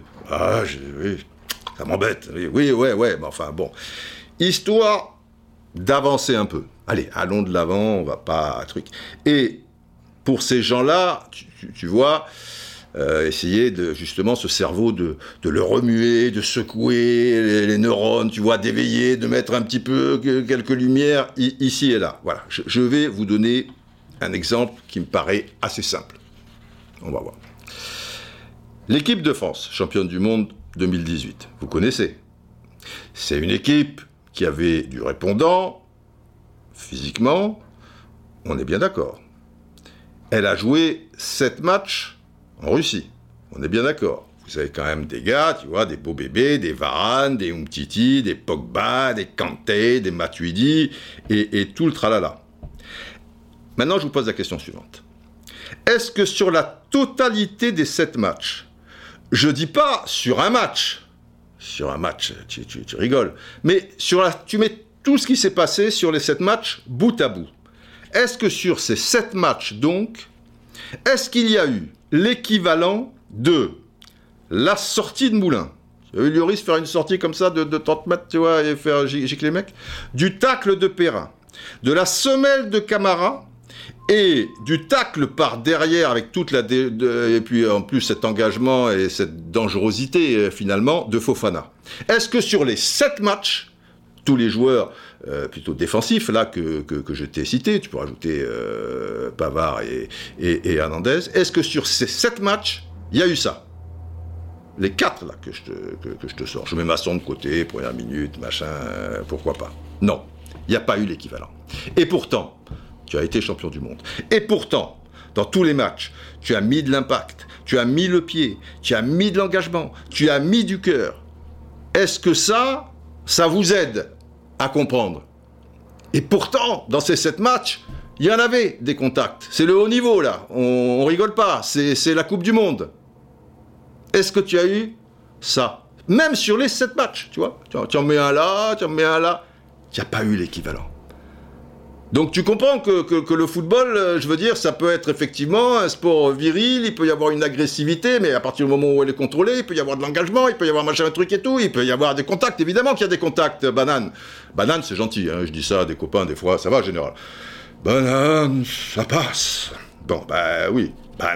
Oui, ça m'embête. Oui, ouais, mais enfin, bon. Histoire d'avancer un peu. Allez, allons de l'avant, on va pas... truc. Et pour ces gens-là, tu vois... essayer de, justement, ce cerveau de le remuer, de secouer les neurones, tu vois, d'éveiller, de mettre un petit peu quelques lumières ici et là. Voilà, je vais vous donner un exemple qui me paraît assez simple. On va voir. L'équipe de France, championne du monde 2018, vous connaissez. C'est une équipe qui avait du répondant, physiquement, on est bien d'accord. Elle a joué 7 matchs en Russie, on est bien d'accord. Vous avez quand même des gars, tu vois, des beaux bébés, des Varane, des Umtiti, des Pogba, des Kanté, des Matuidi, et tout le tralala. Maintenant, je vous pose la question suivante. Est-ce que sur la totalité des 7 matchs, je dis pas sur un match, tu rigoles, mais tu mets tout ce qui s'est passé sur les 7 matchs bout à bout. Est-ce que sur ces 7 matchs, donc, est-ce qu'il y a eu l'équivalent de la sortie de Moulin? Tu as vu Lloris faire une sortie comme ça de 30 mètres, tu vois, et faire gicler les mecs? Du tacle de Perrin, de la semelle de Camara, et du tacle par derrière avec toute et puis en plus cet engagement et cette dangerosité finalement de Fofana. Est-ce que sur les 7 matchs, tous les joueurs plutôt défensifs là que je t'ai cités, tu peux rajouter Pavard et Hernandez, est-ce que sur ces 7 matchs, il y a eu ça? Les 4 là que je te sors. Je mets Masson de côté, première minute, machin, pourquoi pas. Non, il n'y a pas eu l'équivalent. Et pourtant, tu as été champion du monde. Et pourtant, dans tous les matchs, tu as mis de l'impact, tu as mis le pied, tu as mis de l'engagement, tu as mis du cœur. Est-ce que ça vous aide à comprendre? Et pourtant, dans ces 7 matchs, il y en avait des contacts. C'est le haut niveau, là. On rigole pas. C'est la Coupe du Monde. Est-ce que tu as eu ça? Même sur les 7 matchs, tu vois. Tu en mets un là, tu en mets un là. Il n'y a pas eu l'équivalent. Donc tu comprends que le football, je veux dire, ça peut être effectivement un sport viril, il peut y avoir une agressivité, mais à partir du moment où elle est contrôlée, il peut y avoir de l'engagement, il peut y avoir machin, un truc et tout, il peut y avoir des contacts, évidemment qu'il y a des contacts. Banane, c'est gentil, hein, je dis ça à des copains des fois, ça va, général. Banane, ça passe. Bon, bah oui,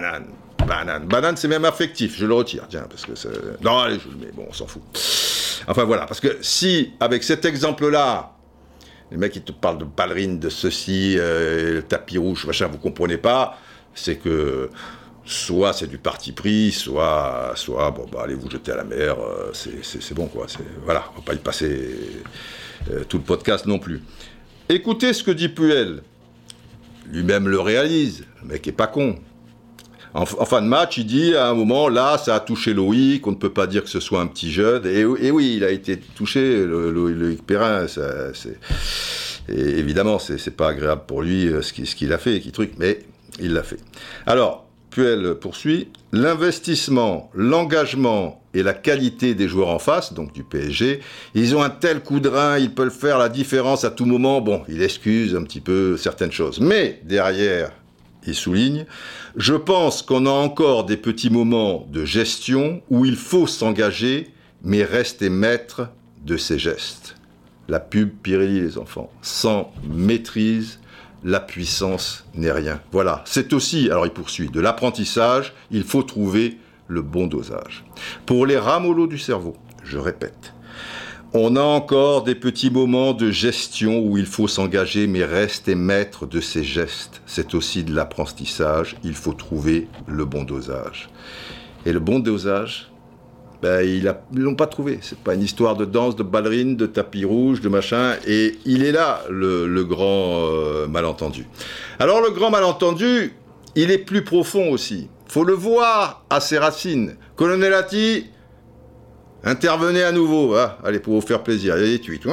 banane, c'est même affectif, je le retire, tiens, parce que c'est... Non, allez, je le mets, bon, on s'en fout. Enfin voilà, parce que si, avec cet exemple-là, les mecs, ils te parlent de ballerines, de ceci, le tapis rouge, machin, vous comprenez pas, c'est que soit c'est du parti pris, soit bon, bah, allez vous jeter à la mer, c'est bon, quoi. Voilà, on va pas y passer tout le podcast non plus. Écoutez ce que dit Puel. Lui-même le réalise, le mec est pas con. En fin de match, il dit à un moment, là, ça a touché Loïc, on ne peut pas dire que ce soit un petit jeune. Et oui, il a été touché, Loïc Perrin. Et évidemment, c'est pas agréable pour lui ce qu'il a fait, mais il l'a fait. Alors, Puel poursuit. L'investissement, l'engagement et la qualité des joueurs en face, donc du PSG, ils ont un tel coup de rein, ils peuvent faire la différence à tout moment. Bon, il excuse un petit peu certaines choses. Mais derrière, il souligne, je pense qu'on a encore des petits moments de gestion où il faut s'engager, mais rester maître de ses gestes. La pub Pirelli, les enfants, sans maîtrise, la puissance n'est rien. Voilà, c'est aussi, alors il poursuit, de l'apprentissage, il faut trouver le bon dosage. Pour les ramollos du cerveau, je répète, on a encore des petits moments de gestion où il faut s'engager, mais rester maître de ses gestes. C'est aussi de l'apprentissage, il faut trouver le bon dosage. Et le bon dosage, ils l'ont pas trouvé. C'est pas une histoire de danse, de ballerine, de tapis rouge, de machin. Et il est là, le grand malentendu. Alors le grand malentendu, il est plus profond aussi. Faut le voir à ses racines. Colonel Atti, intervenez à nouveau. Hein. Allez, pour vous faire plaisir. Il y a des tweets.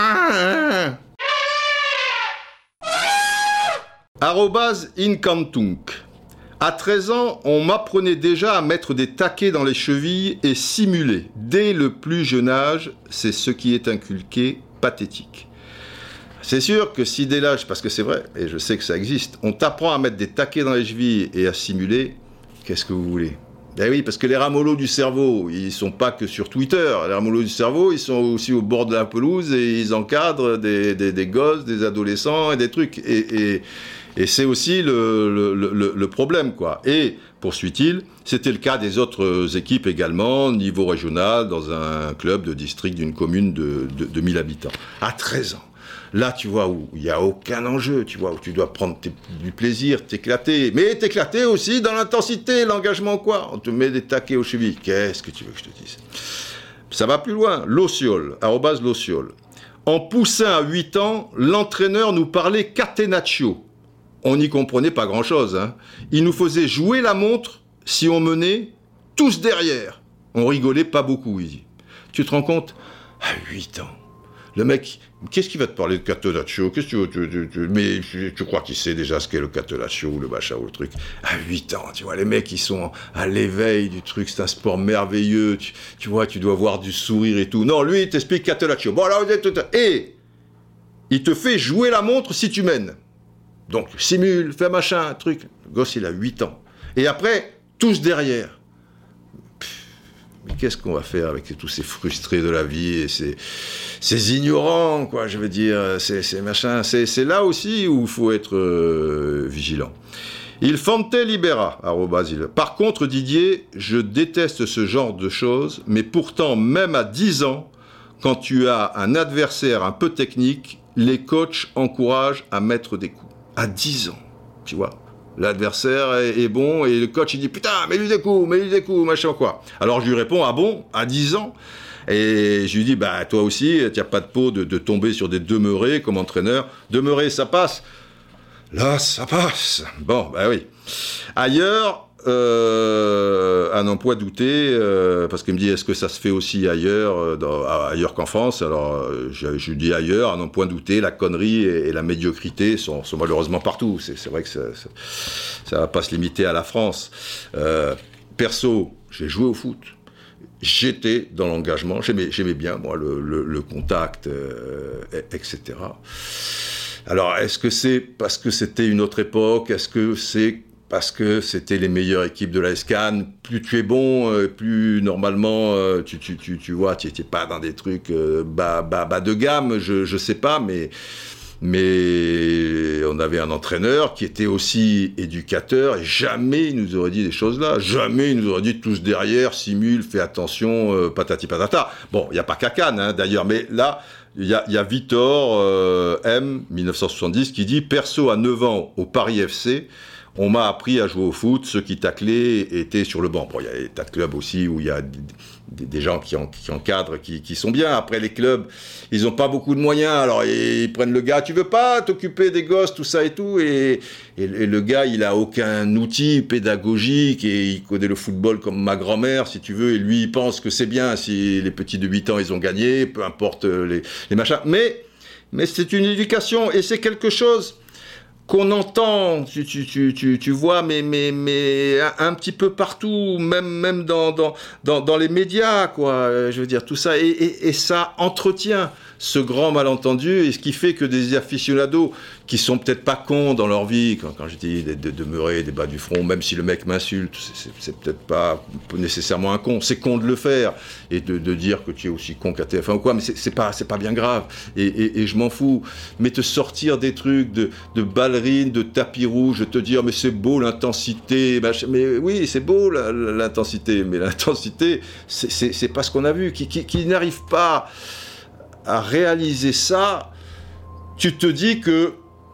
@incantunk. À 13 ans, on m'apprenait déjà à mettre des taquets dans les chevilles et simuler. Dès le plus jeune âge, c'est ce qui est inculqué, pathétique. C'est sûr que si dès l'âge, parce que c'est vrai, et je sais que ça existe, on t'apprend à mettre des taquets dans les chevilles et à simuler, qu'est-ce que vous voulez ? Ben oui, parce que les ramollos du cerveau, ils sont pas que sur Twitter. Les ramollos du cerveau, ils sont aussi au bord de la pelouse et ils encadrent des gosses, des adolescents et des trucs. Et c'est aussi le problème, quoi. Et, poursuit-il, c'était le cas des autres équipes également, niveau régional, dans un club de district d'une commune de 1000 habitants. À 13 ans. Là, tu vois, où il n'y a aucun enjeu, tu vois, où tu dois prendre du plaisir, t'éclater. Mais t'éclater aussi dans l'intensité, l'engagement, quoi. On te met des taquets aux chevilles. Qu'est-ce que tu veux que je te dise ? Ça va plus loin. L'Ociole, @l'Ociole. En poussin à 8 ans, l'entraîneur nous parlait catenaccio. On n'y comprenait pas grand-chose. Hein. Il nous faisait jouer la montre si on menait tous derrière. On rigolait pas beaucoup, il dit. Tu te rends compte ? À 8 ans. Le mec, qu'est-ce qu'il va te parler de catenaccio ? Qu'est-ce que tu veux mais tu crois qu'il sait déjà ce qu'est le catenaccio ou le machin ou le truc ? À 8 ans, tu vois, les mecs, ils sont à l'éveil du truc, c'est un sport merveilleux. Tu vois, tu dois avoir du sourire et tout. Non, lui, il t'explique catenaccio. Bon, là, vous êtes tout... Et il te fait jouer la montre si tu mènes. Donc, simule, fais machin, truc. Le gosse, il a 8 ans. Et après, tous derrière. Mais qu'est-ce qu'on va faire avec tous ces frustrés de la vie et ces ignorants, quoi, je veux dire, ces machins. C'est là aussi où il faut être vigilant. Il fonte libera, @il. Par contre, Didier, je déteste ce genre de choses, mais pourtant, même à 10 ans, quand tu as un adversaire un peu technique, les coachs encouragent à mettre des coups. À 10 ans, tu vois. L'adversaire est bon et le coach il dit putain, mets-lui des coups, machin quoi. Alors je lui réponds ah bon, à 10 ans. Et je lui dis bah toi aussi, tu n'as pas de peau de tomber sur des demeurés comme entraîneur. Demeuré, ça passe. Là, ça passe. Bon, bah oui. Ailleurs, un emploi douté, parce qu'il me dit est-ce que ça se fait aussi ailleurs, ailleurs qu'en France. Alors je dis ailleurs, un emploi douté, la connerie et la médiocrité sont malheureusement partout. C'est vrai que ça va pas se limiter à la France. Perso, j'ai joué au foot. J'étais dans l'engagement, j'aimais bien moi le contact, etc. Alors est-ce que c'est parce que c'était une autre époque ? Est-ce que c'est parce que c'était les meilleures équipes de la SCAN, plus tu es bon, plus normalement tu vois, tu n'étais pas dans des trucs bas de gamme, je sais pas, mais on avait un entraîneur qui était aussi éducateur et jamais il nous aurait dit des choses là, jamais il nous aurait dit tous derrière, simule, fais attention, patati patata. Bon, il n'y a pas qu'à Cannes hein, d'ailleurs, mais là, il y a Victor M, 1970, qui dit « Perso à 9 ans au Paris FC », on m'a appris à jouer au foot. Ceux qui taclaient étaient sur le banc. Bon, il y a des tas de clubs aussi où il y a des gens qui encadrent, qui sont bien. Après, les clubs, ils n'ont pas beaucoup de moyens. Alors, ils prennent le gars, tu veux pas t'occuper des gosses, tout ça et tout. Et le gars, il a aucun outil pédagogique et il connaît le football comme ma grand-mère, si tu veux. Et lui, il pense que c'est bien si les petits de 8 ans, ils ont gagné, peu importe les machins. Mais c'est une éducation et c'est quelque chose qu'on entend, tu vois, mais un petit peu partout, même dans les médias, quoi. Je veux dire, tout ça, et ça entretient ce grand malentendu, et ce qui fait que des aficionados qui sont peut-être pas cons dans leur vie, quand je dis de demeurer des bas du front, même si le mec m'insulte, c'est peut-être pas nécessairement un con, c'est con de le faire, et de dire que tu es aussi con qu'à TF1 ou quoi, mais c'est pas bien grave, et je m'en fous, mais te sortir des trucs de ballerines, de tapis rouge, te dire mais c'est beau l'intensité, mais oui c'est beau l'intensité, mais l'intensité c'est pas ce qu'on a vu, qui n'arrive pas à réaliser ça, tu te dis que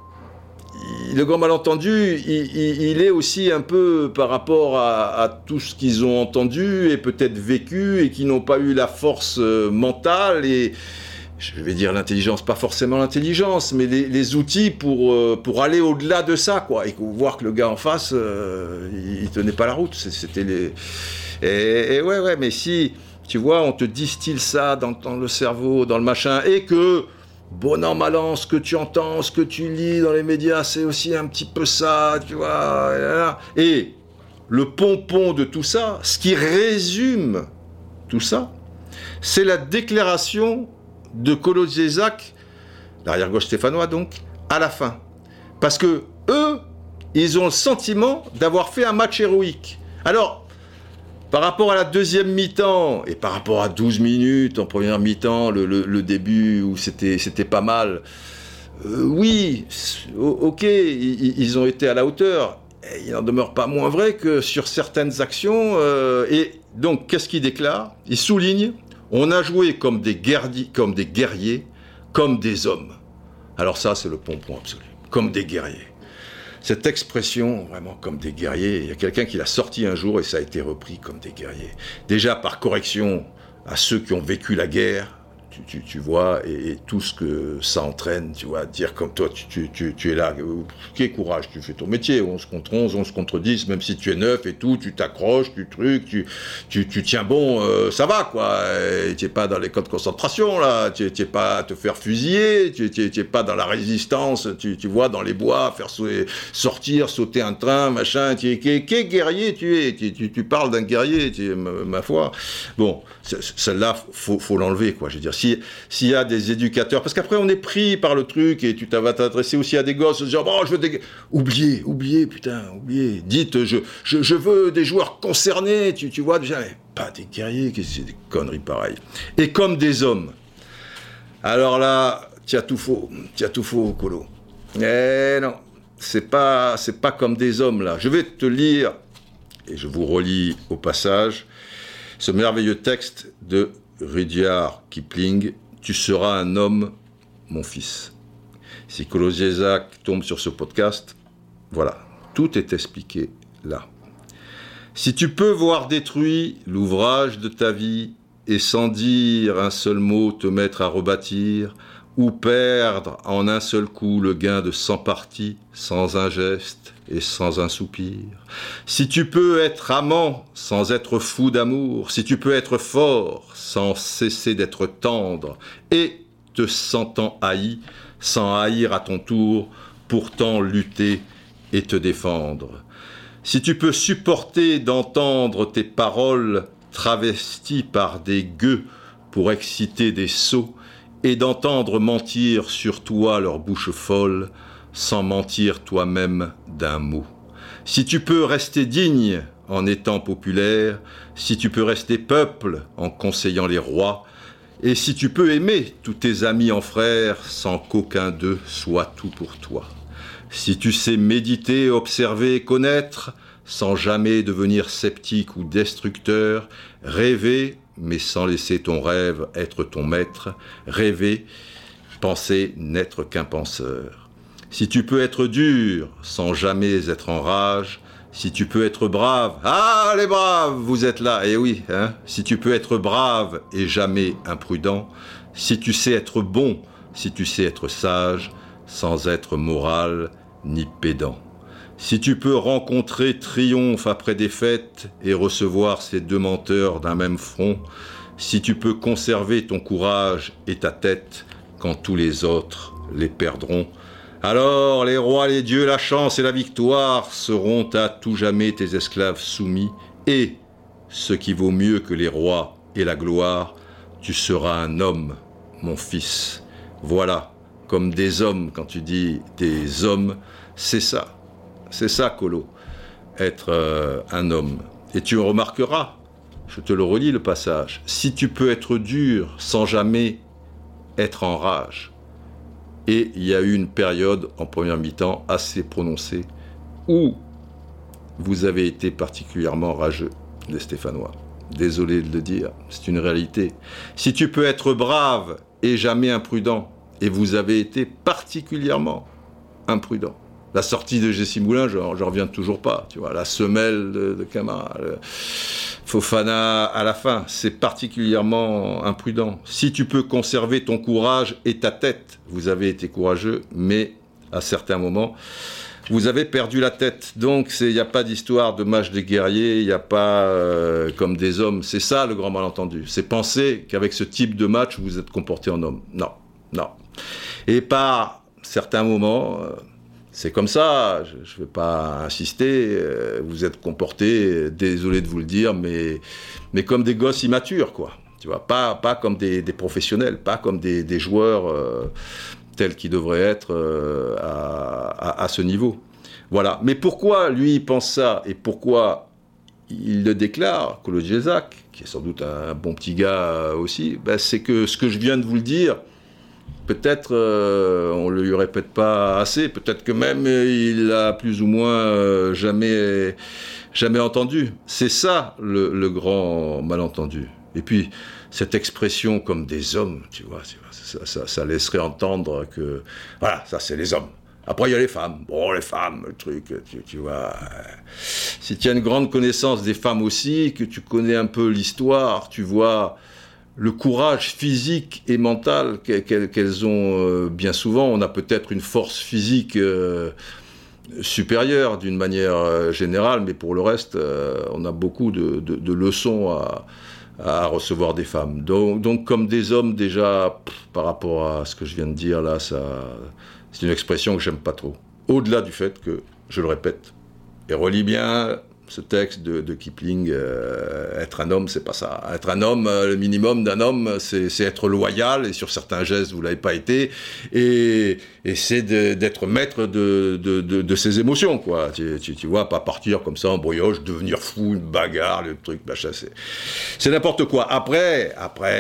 le grand malentendu, il est aussi un peu par rapport à tout ce qu'ils ont entendu et peut-être vécu et qui n'ont pas eu la force mentale et, je vais dire l'intelligence, pas forcément l'intelligence, mais les outils pour aller au-delà de ça, quoi. Et voir que le gars en face, il tenait pas la route. C'était les... Et ouais, mais si... Tu vois, on te distille ça dans le cerveau, dans le machin, et que, bon an, mal an, ce que tu entends, ce que tu lis dans les médias, c'est aussi un petit peu ça, tu vois. Et le pompon de tout ça, ce qui résume tout ça, c'est la déclaration de Kolo Zezak, l'arrière-gauche stéphanois donc, à la fin. Parce que eux, ils ont le sentiment d'avoir fait un match héroïque. Alors, par rapport à la deuxième mi-temps, et par rapport à 12 minutes en première mi-temps, le début où c'était pas mal, oui, ok, ils ont été à la hauteur. Et il n'en demeure pas moins vrai que sur certaines actions, et donc qu'est-ce qu'ils déclarent ? Ils soulignent, on a joué comme des guerriers, comme des hommes. Alors ça, c'est le pompon absolu, comme des guerriers. Cette expression, vraiment comme des guerriers, il y a quelqu'un qui l'a sorti un jour et ça a été repris comme des guerriers. Déjà par correction à ceux qui ont vécu la guerre, tu vois, et tout ce que ça entraîne, tu vois, dire comme toi, tu es là, quel courage, tu fais ton métier, 11 contre 11, 11 contre 10, même si tu es neuf et tout, tu t'accroches, tu tiens bon, ça va, quoi, tu n'es pas dans les camps de concentration, là, tu n'es pas à te faire fusiller, tu n'es pas dans la résistance, tu vois, dans les bois, faire sortir, sauter un train, machin, quel guerrier tu es, tu parles d'un guerrier, ma foi, bon, celle-là, faut l'enlever, quoi, je veux dire, s'il y a des éducateurs, parce qu'après on est pris par le truc et tu vas t'adresser aussi à des gosses, genre bon, je veux des... Oubliez, dites, je veux des joueurs concernés, tu vois, déjà, mais pas des guerriers, que c'est des conneries pareilles. Et comme des hommes. Alors là, tu as tout faux, Kolo. Eh non, c'est pas comme des hommes là. Je vais te lire, et je vous relis au passage, ce merveilleux texte de Rudyard Kipling, « Tu seras un homme, mon fils ». Si Kolo Zezak tombe sur ce podcast, voilà, tout est expliqué là. Si tu peux voir détruit l'ouvrage de ta vie et sans dire un seul mot te mettre à rebâtir, ou perdre en un seul coup le gain de 100 parties, sans un geste et sans un soupir. Si tu peux être amant sans être fou d'amour, si tu peux être fort sans cesser d'être tendre, et te sentant haï, sans haïr à ton tour, pourtant lutter et te défendre. Si tu peux supporter d'entendre tes paroles travesties par des gueux pour exciter des sots, et d'entendre mentir sur toi leur bouche folle, sans mentir toi-même d'un mot. Si tu peux rester digne en étant populaire, si tu peux rester peuple en conseillant les rois, et si tu peux aimer tous tes amis en frères sans qu'aucun d'eux soit tout pour toi. Si tu sais méditer, observer, connaître, sans jamais devenir sceptique ou destructeur, rêver, mais sans laisser ton rêve être ton maître, rêver, penser n'être qu'un penseur. Si tu peux être dur sans jamais être en rage, si tu peux être brave, ah les braves, vous êtes là, eh oui, hein. Si tu peux être brave et jamais imprudent, si tu sais être bon, si tu sais être sage, sans être moral ni pédant. Si tu peux rencontrer triomphe après défaite et recevoir ces deux menteurs d'un même front, si tu peux conserver ton courage et ta tête quand tous les autres les perdront, alors les rois, les dieux, la chance et la victoire seront à tout jamais tes esclaves soumis, et, ce qui vaut mieux que les rois et la gloire, tu seras un homme, mon fils. Voilà, comme des hommes, quand tu dis des hommes, c'est ça, Colo, être un homme. Et tu remarqueras, je te le relis le passage, si tu peux être dur sans jamais être en rage. Et il y a eu une période en première mi-temps assez prononcée où vous avez été particulièrement rageux, les Stéphanois. Désolé de le dire, c'est une réalité. Si tu peux être brave et jamais imprudent, et vous avez été particulièrement imprudent. La sortie de Jessie Moulin, j'en reviens toujours pas, tu vois, la semelle de Camara, Fofana à la fin, c'est particulièrement imprudent. Si tu peux conserver ton courage et ta tête, vous avez été courageux, mais à certains moments, vous avez perdu la tête. Donc, il n'y a pas d'histoire de match des guerriers, il n'y a pas comme des hommes. C'est ça le grand malentendu. C'est penser qu'avec ce type de match, vous êtes comporté en homme. Non, non. Et par certains moments... c'est comme ça, je ne vais pas insister, vous êtes comportés, désolé de vous le dire, mais comme des gosses immatures, quoi. Tu vois, pas comme des professionnels, pas comme des joueurs tels qu'ils devraient être à ce niveau. Voilà. Mais pourquoi lui il pense ça et pourquoi il le déclare, Colo Djesak, qui est sans doute un bon petit gars aussi, ben c'est que ce que je viens de vous le dire, peut-être on ne lui répète pas assez, peut-être que même il l'a plus ou moins jamais entendu. C'est ça le grand malentendu. Et puis cette expression comme des hommes, tu vois, ça laisserait entendre que voilà, ça c'est les hommes. Après il y a les femmes. Bon, les femmes, le truc, tu vois. Si tu as une grande connaissance des femmes aussi, que tu connais un peu l'histoire, tu vois le courage physique et mental qu'elles ont bien souvent. On a peut-être une force physique supérieure d'une manière générale, mais pour le reste, on a beaucoup de leçons à recevoir des femmes. Donc comme des hommes, déjà, par rapport à ce que je viens de dire là, c'est une expression que j'aime pas trop. Au-delà du fait que, je le répète, et relis bien ce texte de Kipling, être un homme, c'est pas ça. Être un homme, le minimum d'un homme, c'est être loyal, et sur certains gestes, vous l'avez pas été, et c'est d'être maître de ses émotions, quoi. Tu vois, pas partir comme ça en brioche, devenir fou, une bagarre, le truc, machin, c'est n'importe quoi. Après,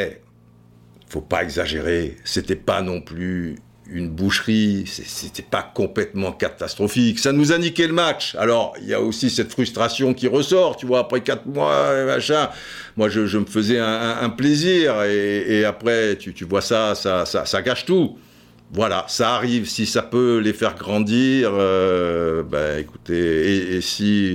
faut pas exagérer, c'était pas non plus une boucherie, c'était pas complètement catastrophique. Ça nous a niqué le match. Alors, il y a aussi cette frustration qui ressort, tu vois, après 4 mois, machin. Moi, je me faisais un plaisir, et après, tu vois ça gâche tout. Voilà, ça arrive. Si ça peut les faire grandir, ben écoutez, et si...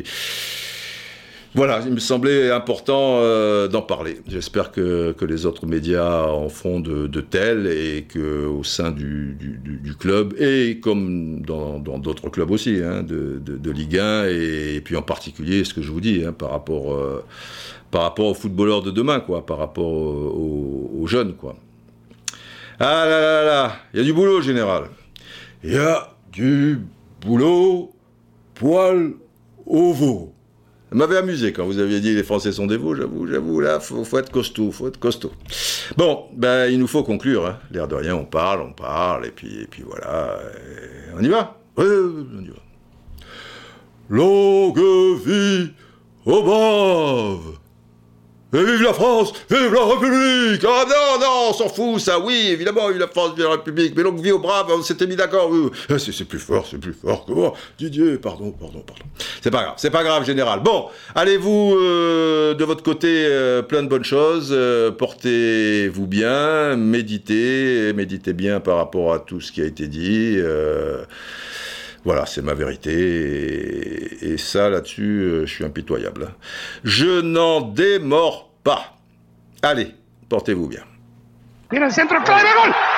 Voilà, il me semblait important d'en parler. J'espère que les autres médias en font de tels, et qu'au sein du club, et comme dans d'autres clubs aussi, hein, de Ligue 1, et puis en particulier, ce que je vous dis, hein, par rapport aux footballeurs de demain, quoi, par rapport aux jeunes, quoi. Ah là là là, il y a du boulot, général. Il y a du boulot, poil au veau. Ça m'avait amusé quand vous aviez dit les Français sont des veaux, j'avoue, là, faut être costaud, Bon, ben, il nous faut conclure, hein. L'air de rien, on parle, et puis voilà, on y va. On y va. Longue vie aux braves. Et vive la France, vive la République. Ah non, non, on s'en fout, ça, oui, évidemment, vive la France, vive la République. Mais longue vie aux braves, on s'était mis d'accord. C'est plus fort, comment Didier, pardon. C'est pas grave, général. Bon, allez-vous de votre côté, plein de bonnes choses. Portez-vous bien, méditez bien par rapport à tout ce qui a été dit. Voilà, c'est ma vérité, et ça, là-dessus, je suis impitoyable. Je n'en démords pas. Allez, portez-vous bien. Tira el centro, clave, gol.